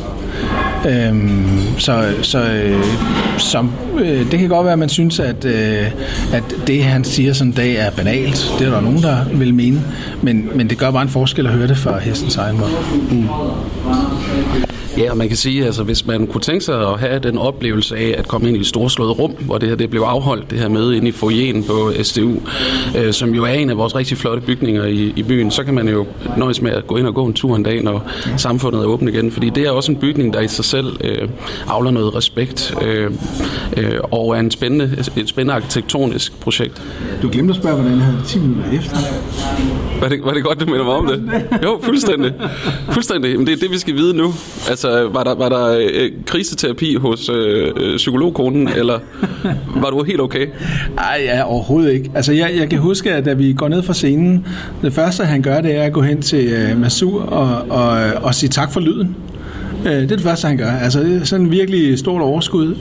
Det kan godt være, at man synes, at det, han siger sådan en dag, er banalt. Det er der nogen, der vil mene. Men det gør bare en forskel at høre det fra hestens egen måde. Ja, og man kan sige, altså hvis man kunne tænke sig at have den oplevelse af at komme ind i et storslået rum, hvor det her det blev afholdt, det her møde inde i foyeren på SDU, som jo er en af vores rigtig flotte bygninger i byen, så kan man jo nøjes med at gå ind og gå en tur en dag, når samfundet er åbent igen, fordi det er også en bygning, der i sig selv avler noget respekt og er et spændende arkitektonisk projekt. Du glemte at spørge, hvordan jeg havde 10 minutter efter. Var det godt, du minder mig om det? Jo, fuldstændig. Men det er det, vi skal vide nu. Altså, var der kriseterapi hos psykologkonen, eller var du helt okay? Nej, ja, overhovedet ikke. Altså, jeg kan huske, at da vi går ned fra scenen, det første, han gør, det er at gå hen til Masur og sige tak for lyden. Det er det første, han gør. Altså, det er sådan virkelig stort overskud,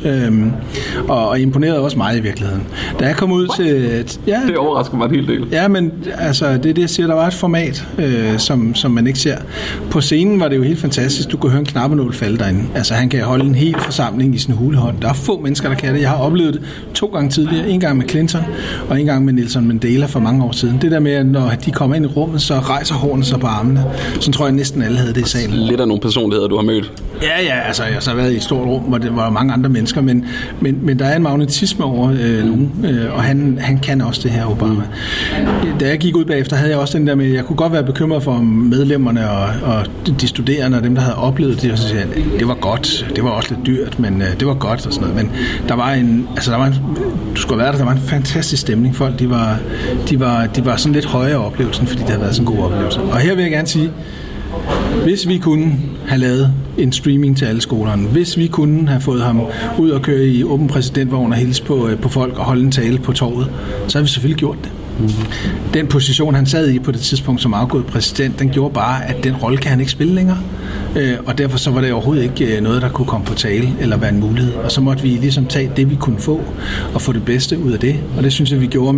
og imponerede også mig i virkeligheden. Da jeg kom ud til... Ja, det overrasker mig en hel del. Ja, men altså, det er det, jeg siger, der var et format, som man ikke ser. På scenen var det jo helt fantastisk. Du kunne høre en knappenål falde derinde. Altså, han kan holde en hel forsamling i sin hulehånd. Der er få mennesker, der kan det. Jeg har oplevet det 2 gange tidligere. En gang med Clinton, og en gang med Nelson Mandela for mange år siden. Det der med, at når de kommer ind i rummet, så rejser hårene sig på armene. Så tror jeg, næsten alle havde det i salen. Lidt af nogle personligheder, du har mødt. Ja, altså jeg har så været i et stort rum, hvor det var mange andre mennesker, men der er en magnetisme over nogen, og han kan også det her, Obama. Da jeg gik ud bagefter, havde jeg også den der med, jeg kunne godt være bekymret for medlemmerne og de studerende og dem, der havde oplevet det, og så siger jeg, det var godt, det var også lidt dyrt, men det var godt og sådan noget, men der var du skulle være der var en fantastisk stemning, folk, de var sådan lidt højere oplevelsen, fordi det havde været sådan en god oplevelse. Og her vil jeg gerne sige, hvis vi kunne have lavet en streaming til alle skolerne, hvis vi kunne have fået ham ud og køre i åben præsidentvogn og hilse på folk og holde en tale på torvet, så har vi selvfølgelig gjort det. Den position, han sad i på det tidspunkt som afgået præsident, den gjorde bare, at den rolle kan han ikke spille længere. Og derfor så var det overhovedet ikke noget, der kunne komme på tale eller være en mulighed. Og så måtte vi ligesom tage det, vi kunne få, og få det bedste ud af det. Og det synes jeg, vi gjorde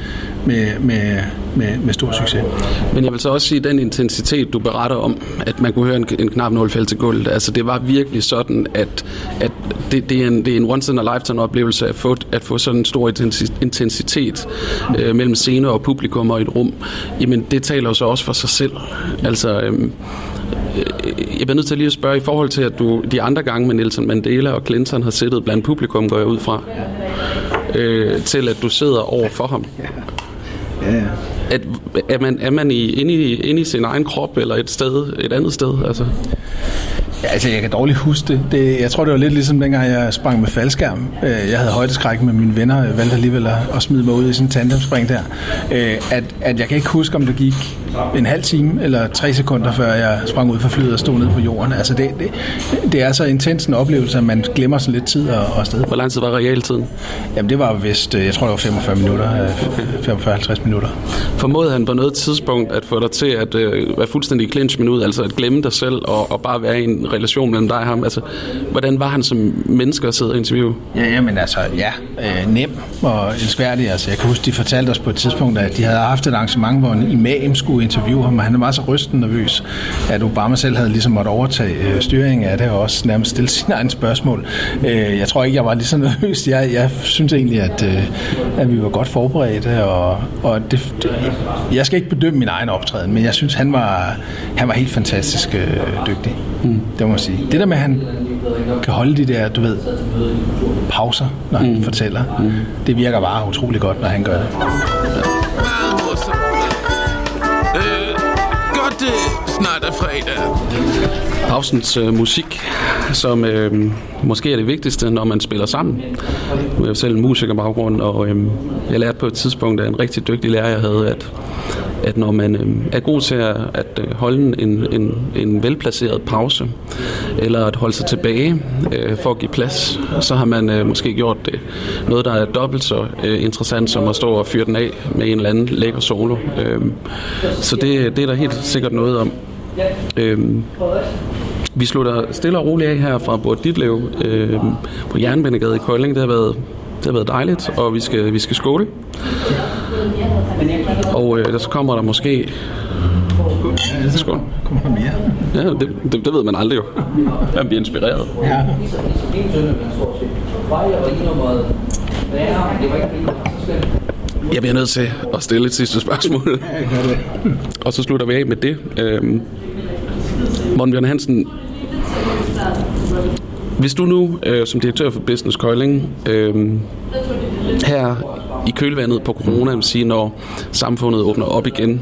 med stor succes. Men jeg vil så også sige, den intensitet, du beretter om, at man kunne høre en knappenål falde til gulvet, altså det var virkelig sådan, at det er en once in a lifetime oplevelse at få sådan en stor intensitet mellem scene og publikum og et rum. Jamen det taler jo så også for sig selv. Altså jeg bliver nødt til lige at spørge i forhold til, at du de andre gange med Nelson Mandela og Clinton har siddet blandt publikum, går jeg ud fra, til at du sidder over for ham. Ja. Er man inde i sin egen krop eller et andet sted? Altså? Ja, altså jeg kan dårligt huske det. Jeg tror, det var lidt ligesom dengang jeg sprang med faldskærm. Jeg havde højdeskræk med mine venner, jeg valgte alligevel at smide mig ud i sådan en tandemspring der. At jeg kan ikke huske, om det gik en halv time eller 3 sekunder, før jeg sprang ud fra flyet og stod ned på jorden. Altså det er så intens en oplevelse, at man glemmer sådan lidt tid og sted. Hvor lang tid var realtiden? Jamen det var vist, jeg tror det var 45 minutter, 45-50 minutter. Formåede han på noget tidspunkt at få dig til at være fuldstændig clinch minut, altså at glemme dig selv og bare være i en relation mellem dig og ham? Altså, hvordan var han som menneske at sidde og interviewe? Jamen altså, nem og elskværdig. Altså, jeg kan huske, de fortalte os på et tidspunkt, at de havde haft et arrangement, hvor en imam skulle interviewe ham, og han var så rystende nervøs, at Obama selv havde ligesom måtte overtage styringen af det, og også nærmest stille sine egne spørgsmål. Jeg tror ikke, jeg var lige så nervøs. Jeg synes egentlig, at vi var godt forberedte, og jeg skal ikke bedømme min egen optræden, men jeg synes, han var helt fantastisk dygtig. Det må jeg sige. Det der med, at han kan holde de der, du ved, pauser, når han fortæller, det virker bare utrolig godt, når han gør det. Godt, snart er fredag. Pausens musik, som måske er det vigtigste, når man spiller sammen. Nu er jeg selv en musikerbaggrund, og jeg lærte på et tidspunkt af en rigtig dygtig lærer, jeg havde, at når man er god til at holde en velplaceret pause, eller at holde sig tilbage for at give plads, så har man måske gjort det noget, der er dobbelt så interessant som at stå og fyre den af med en eller anden lækker solo. Så det er der helt sikkert noget om. Vi slutter stille og roligt af her fra Bort Ditlev på Jernbanegade i Kolding. Det har været dejligt, og vi skal skåle. Og der så kommer der måske... Skål. Kommer der mere? Ja, det ved man aldrig jo. Man bliver inspireret. Ja. Jeg bliver nødt til at stille et sidste spørgsmål. Og så slutter vi af med det. Morten Bjørn Hansen, Hvis du nu, som direktør for Business Kolding, her i kølvandet på corona, vil sige, når samfundet åbner op igen,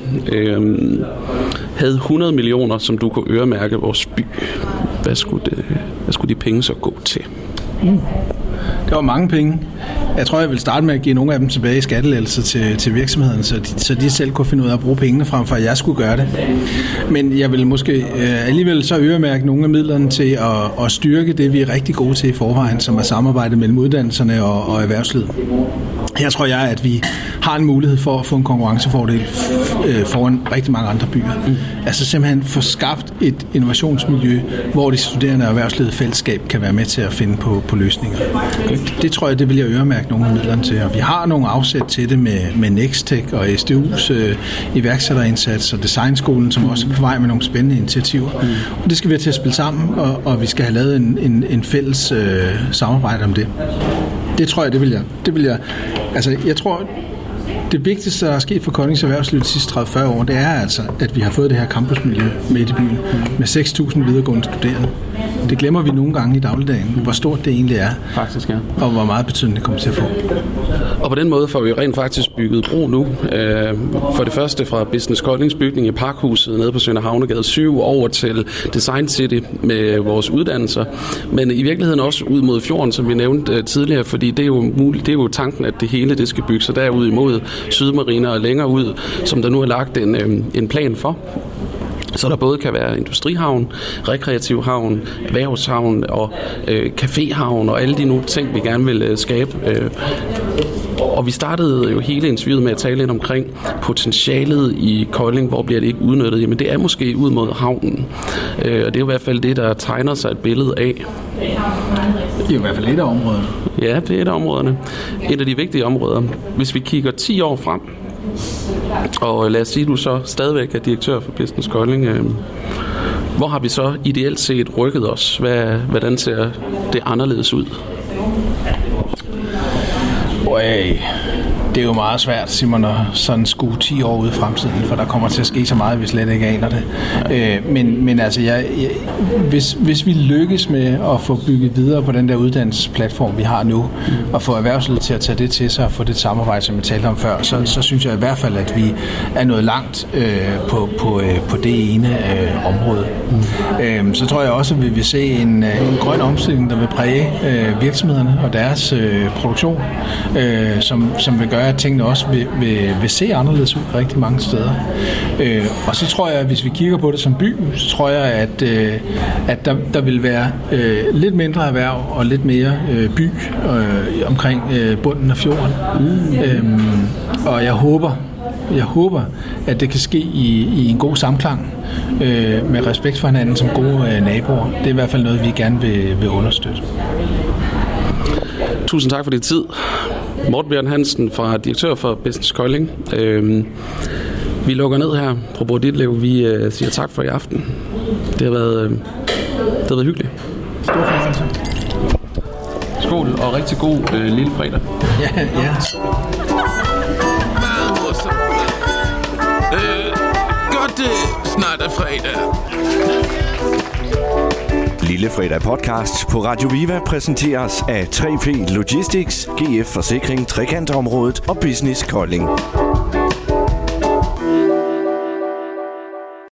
havde 100 millioner, som du kunne øremærke vores by, hvad skulle de penge så gå til? Det var mange penge. Jeg tror, jeg vil starte med at give nogle af dem tilbage i skattelettelse til virksomheden, så de selv kunne finde ud af at bruge pengene, frem for at jeg skulle gøre det. Men jeg vil måske alligevel så øremærke nogle af midlerne til at styrke det, vi er rigtig gode til i forvejen, som er samarbejde mellem uddannelserne og erhvervslivet. Her tror jeg, at vi har en mulighed for at få en konkurrencefordel foran rigtig mange andre byer. Altså simpelthen få skabt et innovationsmiljø, hvor de studerende og erhvervslivet fællesskab kan være med til at finde på løsninger. Det tror jeg, det vil jeg øremærke nogle af midlerne til. Og vi har nogle afsæt til det med Nextech og SDU's iværksætterindsats og Designskolen, som også er på vej med nogle spændende initiativer. Og det skal vi have til at spille sammen, og vi skal have lavet en fælles samarbejde om det. Det tror jeg, det vil jeg. Altså, jeg tror, det vigtigste, der er sket for Koldings erhvervsliv de sidste 30-40 år, det er altså, at vi har fået det her campusmiljø midt i byen med 6.000 videregående studerende. Det glemmer vi nogle gange i dagligdagen, hvor stort det egentlig er. Faktisk, ja. Og hvor meget betydning det kommer til at få. Og på den måde får vi rent faktisk bygget bro nu. For det første fra Business Koldings bygning i Parkhuset nede på Sønder Havnegade 7 over til Design City med vores uddannelser. Men i virkeligheden også ud mod fjorden, som vi nævnte tidligere, fordi det er jo muligt, det er jo tanken, at det hele det skal bygge sig derud imod Sydmarina og længere ud, som der nu er lagt en plan for. Så der både kan være industrihavn, rekreativ havn, erhvervshavn og caféhavn og alle de nu ting, vi gerne vil skabe. Og vi startede jo hele interviewet med at tale lidt omkring potentialet i Kolding, hvor bliver det ikke udnyttet. Jamen det er måske ud mod havnen. Og det er jo i hvert fald det, der tegner sig et billede af. Det er jo i hvert fald et af områderne. Ja, det er et af områderne. Et af de vigtige områder. Hvis vi kigger 10 år frem, og lad os sige, at du så stadigvæk er direktør for Business Kolding. Hvor har vi så ideelt set rykket os? Hvordan ser det anderledes ud? Det er jo meget svært, Simon, at sådan skue 10 år ude i fremtiden, for der kommer til at ske så meget, vi slet ikke aner det. Men altså, hvis vi lykkes med at få bygget videre på den der uddannelsesplatform, vi har nu, og få erhvervslivet til at tage det til sig og få det samarbejde, som vi talte om før, så synes jeg i hvert fald, at vi er nået langt på det ene område. Så tror jeg også, at vi vil se en grøn omstilling, der vil præge virksomhederne og deres produktion, som vil gøre, at tingene også vil se anderledes ud rigtig mange steder. Og så tror jeg, at hvis vi kigger på det som by, så tror jeg, at der vil være lidt mindre erhverv og lidt mere by omkring bunden af fjorden. Og jeg håber, at det kan ske i en god samklang med respekt for hinanden som gode naboer. Det er i hvert fald noget, vi gerne vil understøtte. Tusind tak for din tid. Morten Bjørn Hansen, direktør for Business Kolding. Vi lukker ned her. Pro Ditlev, vi siger tak for i aften. Det har været hyggeligt. Stor fornøjelse. Skål og rigtig god lille fredag. Ja. Meget morsomt. Godt, snart er fredag. Lille Fredag podcast på Radio Viva præsenteres af 3P Logistics, GF Forsikring, Trekantområdet og Business Kolding.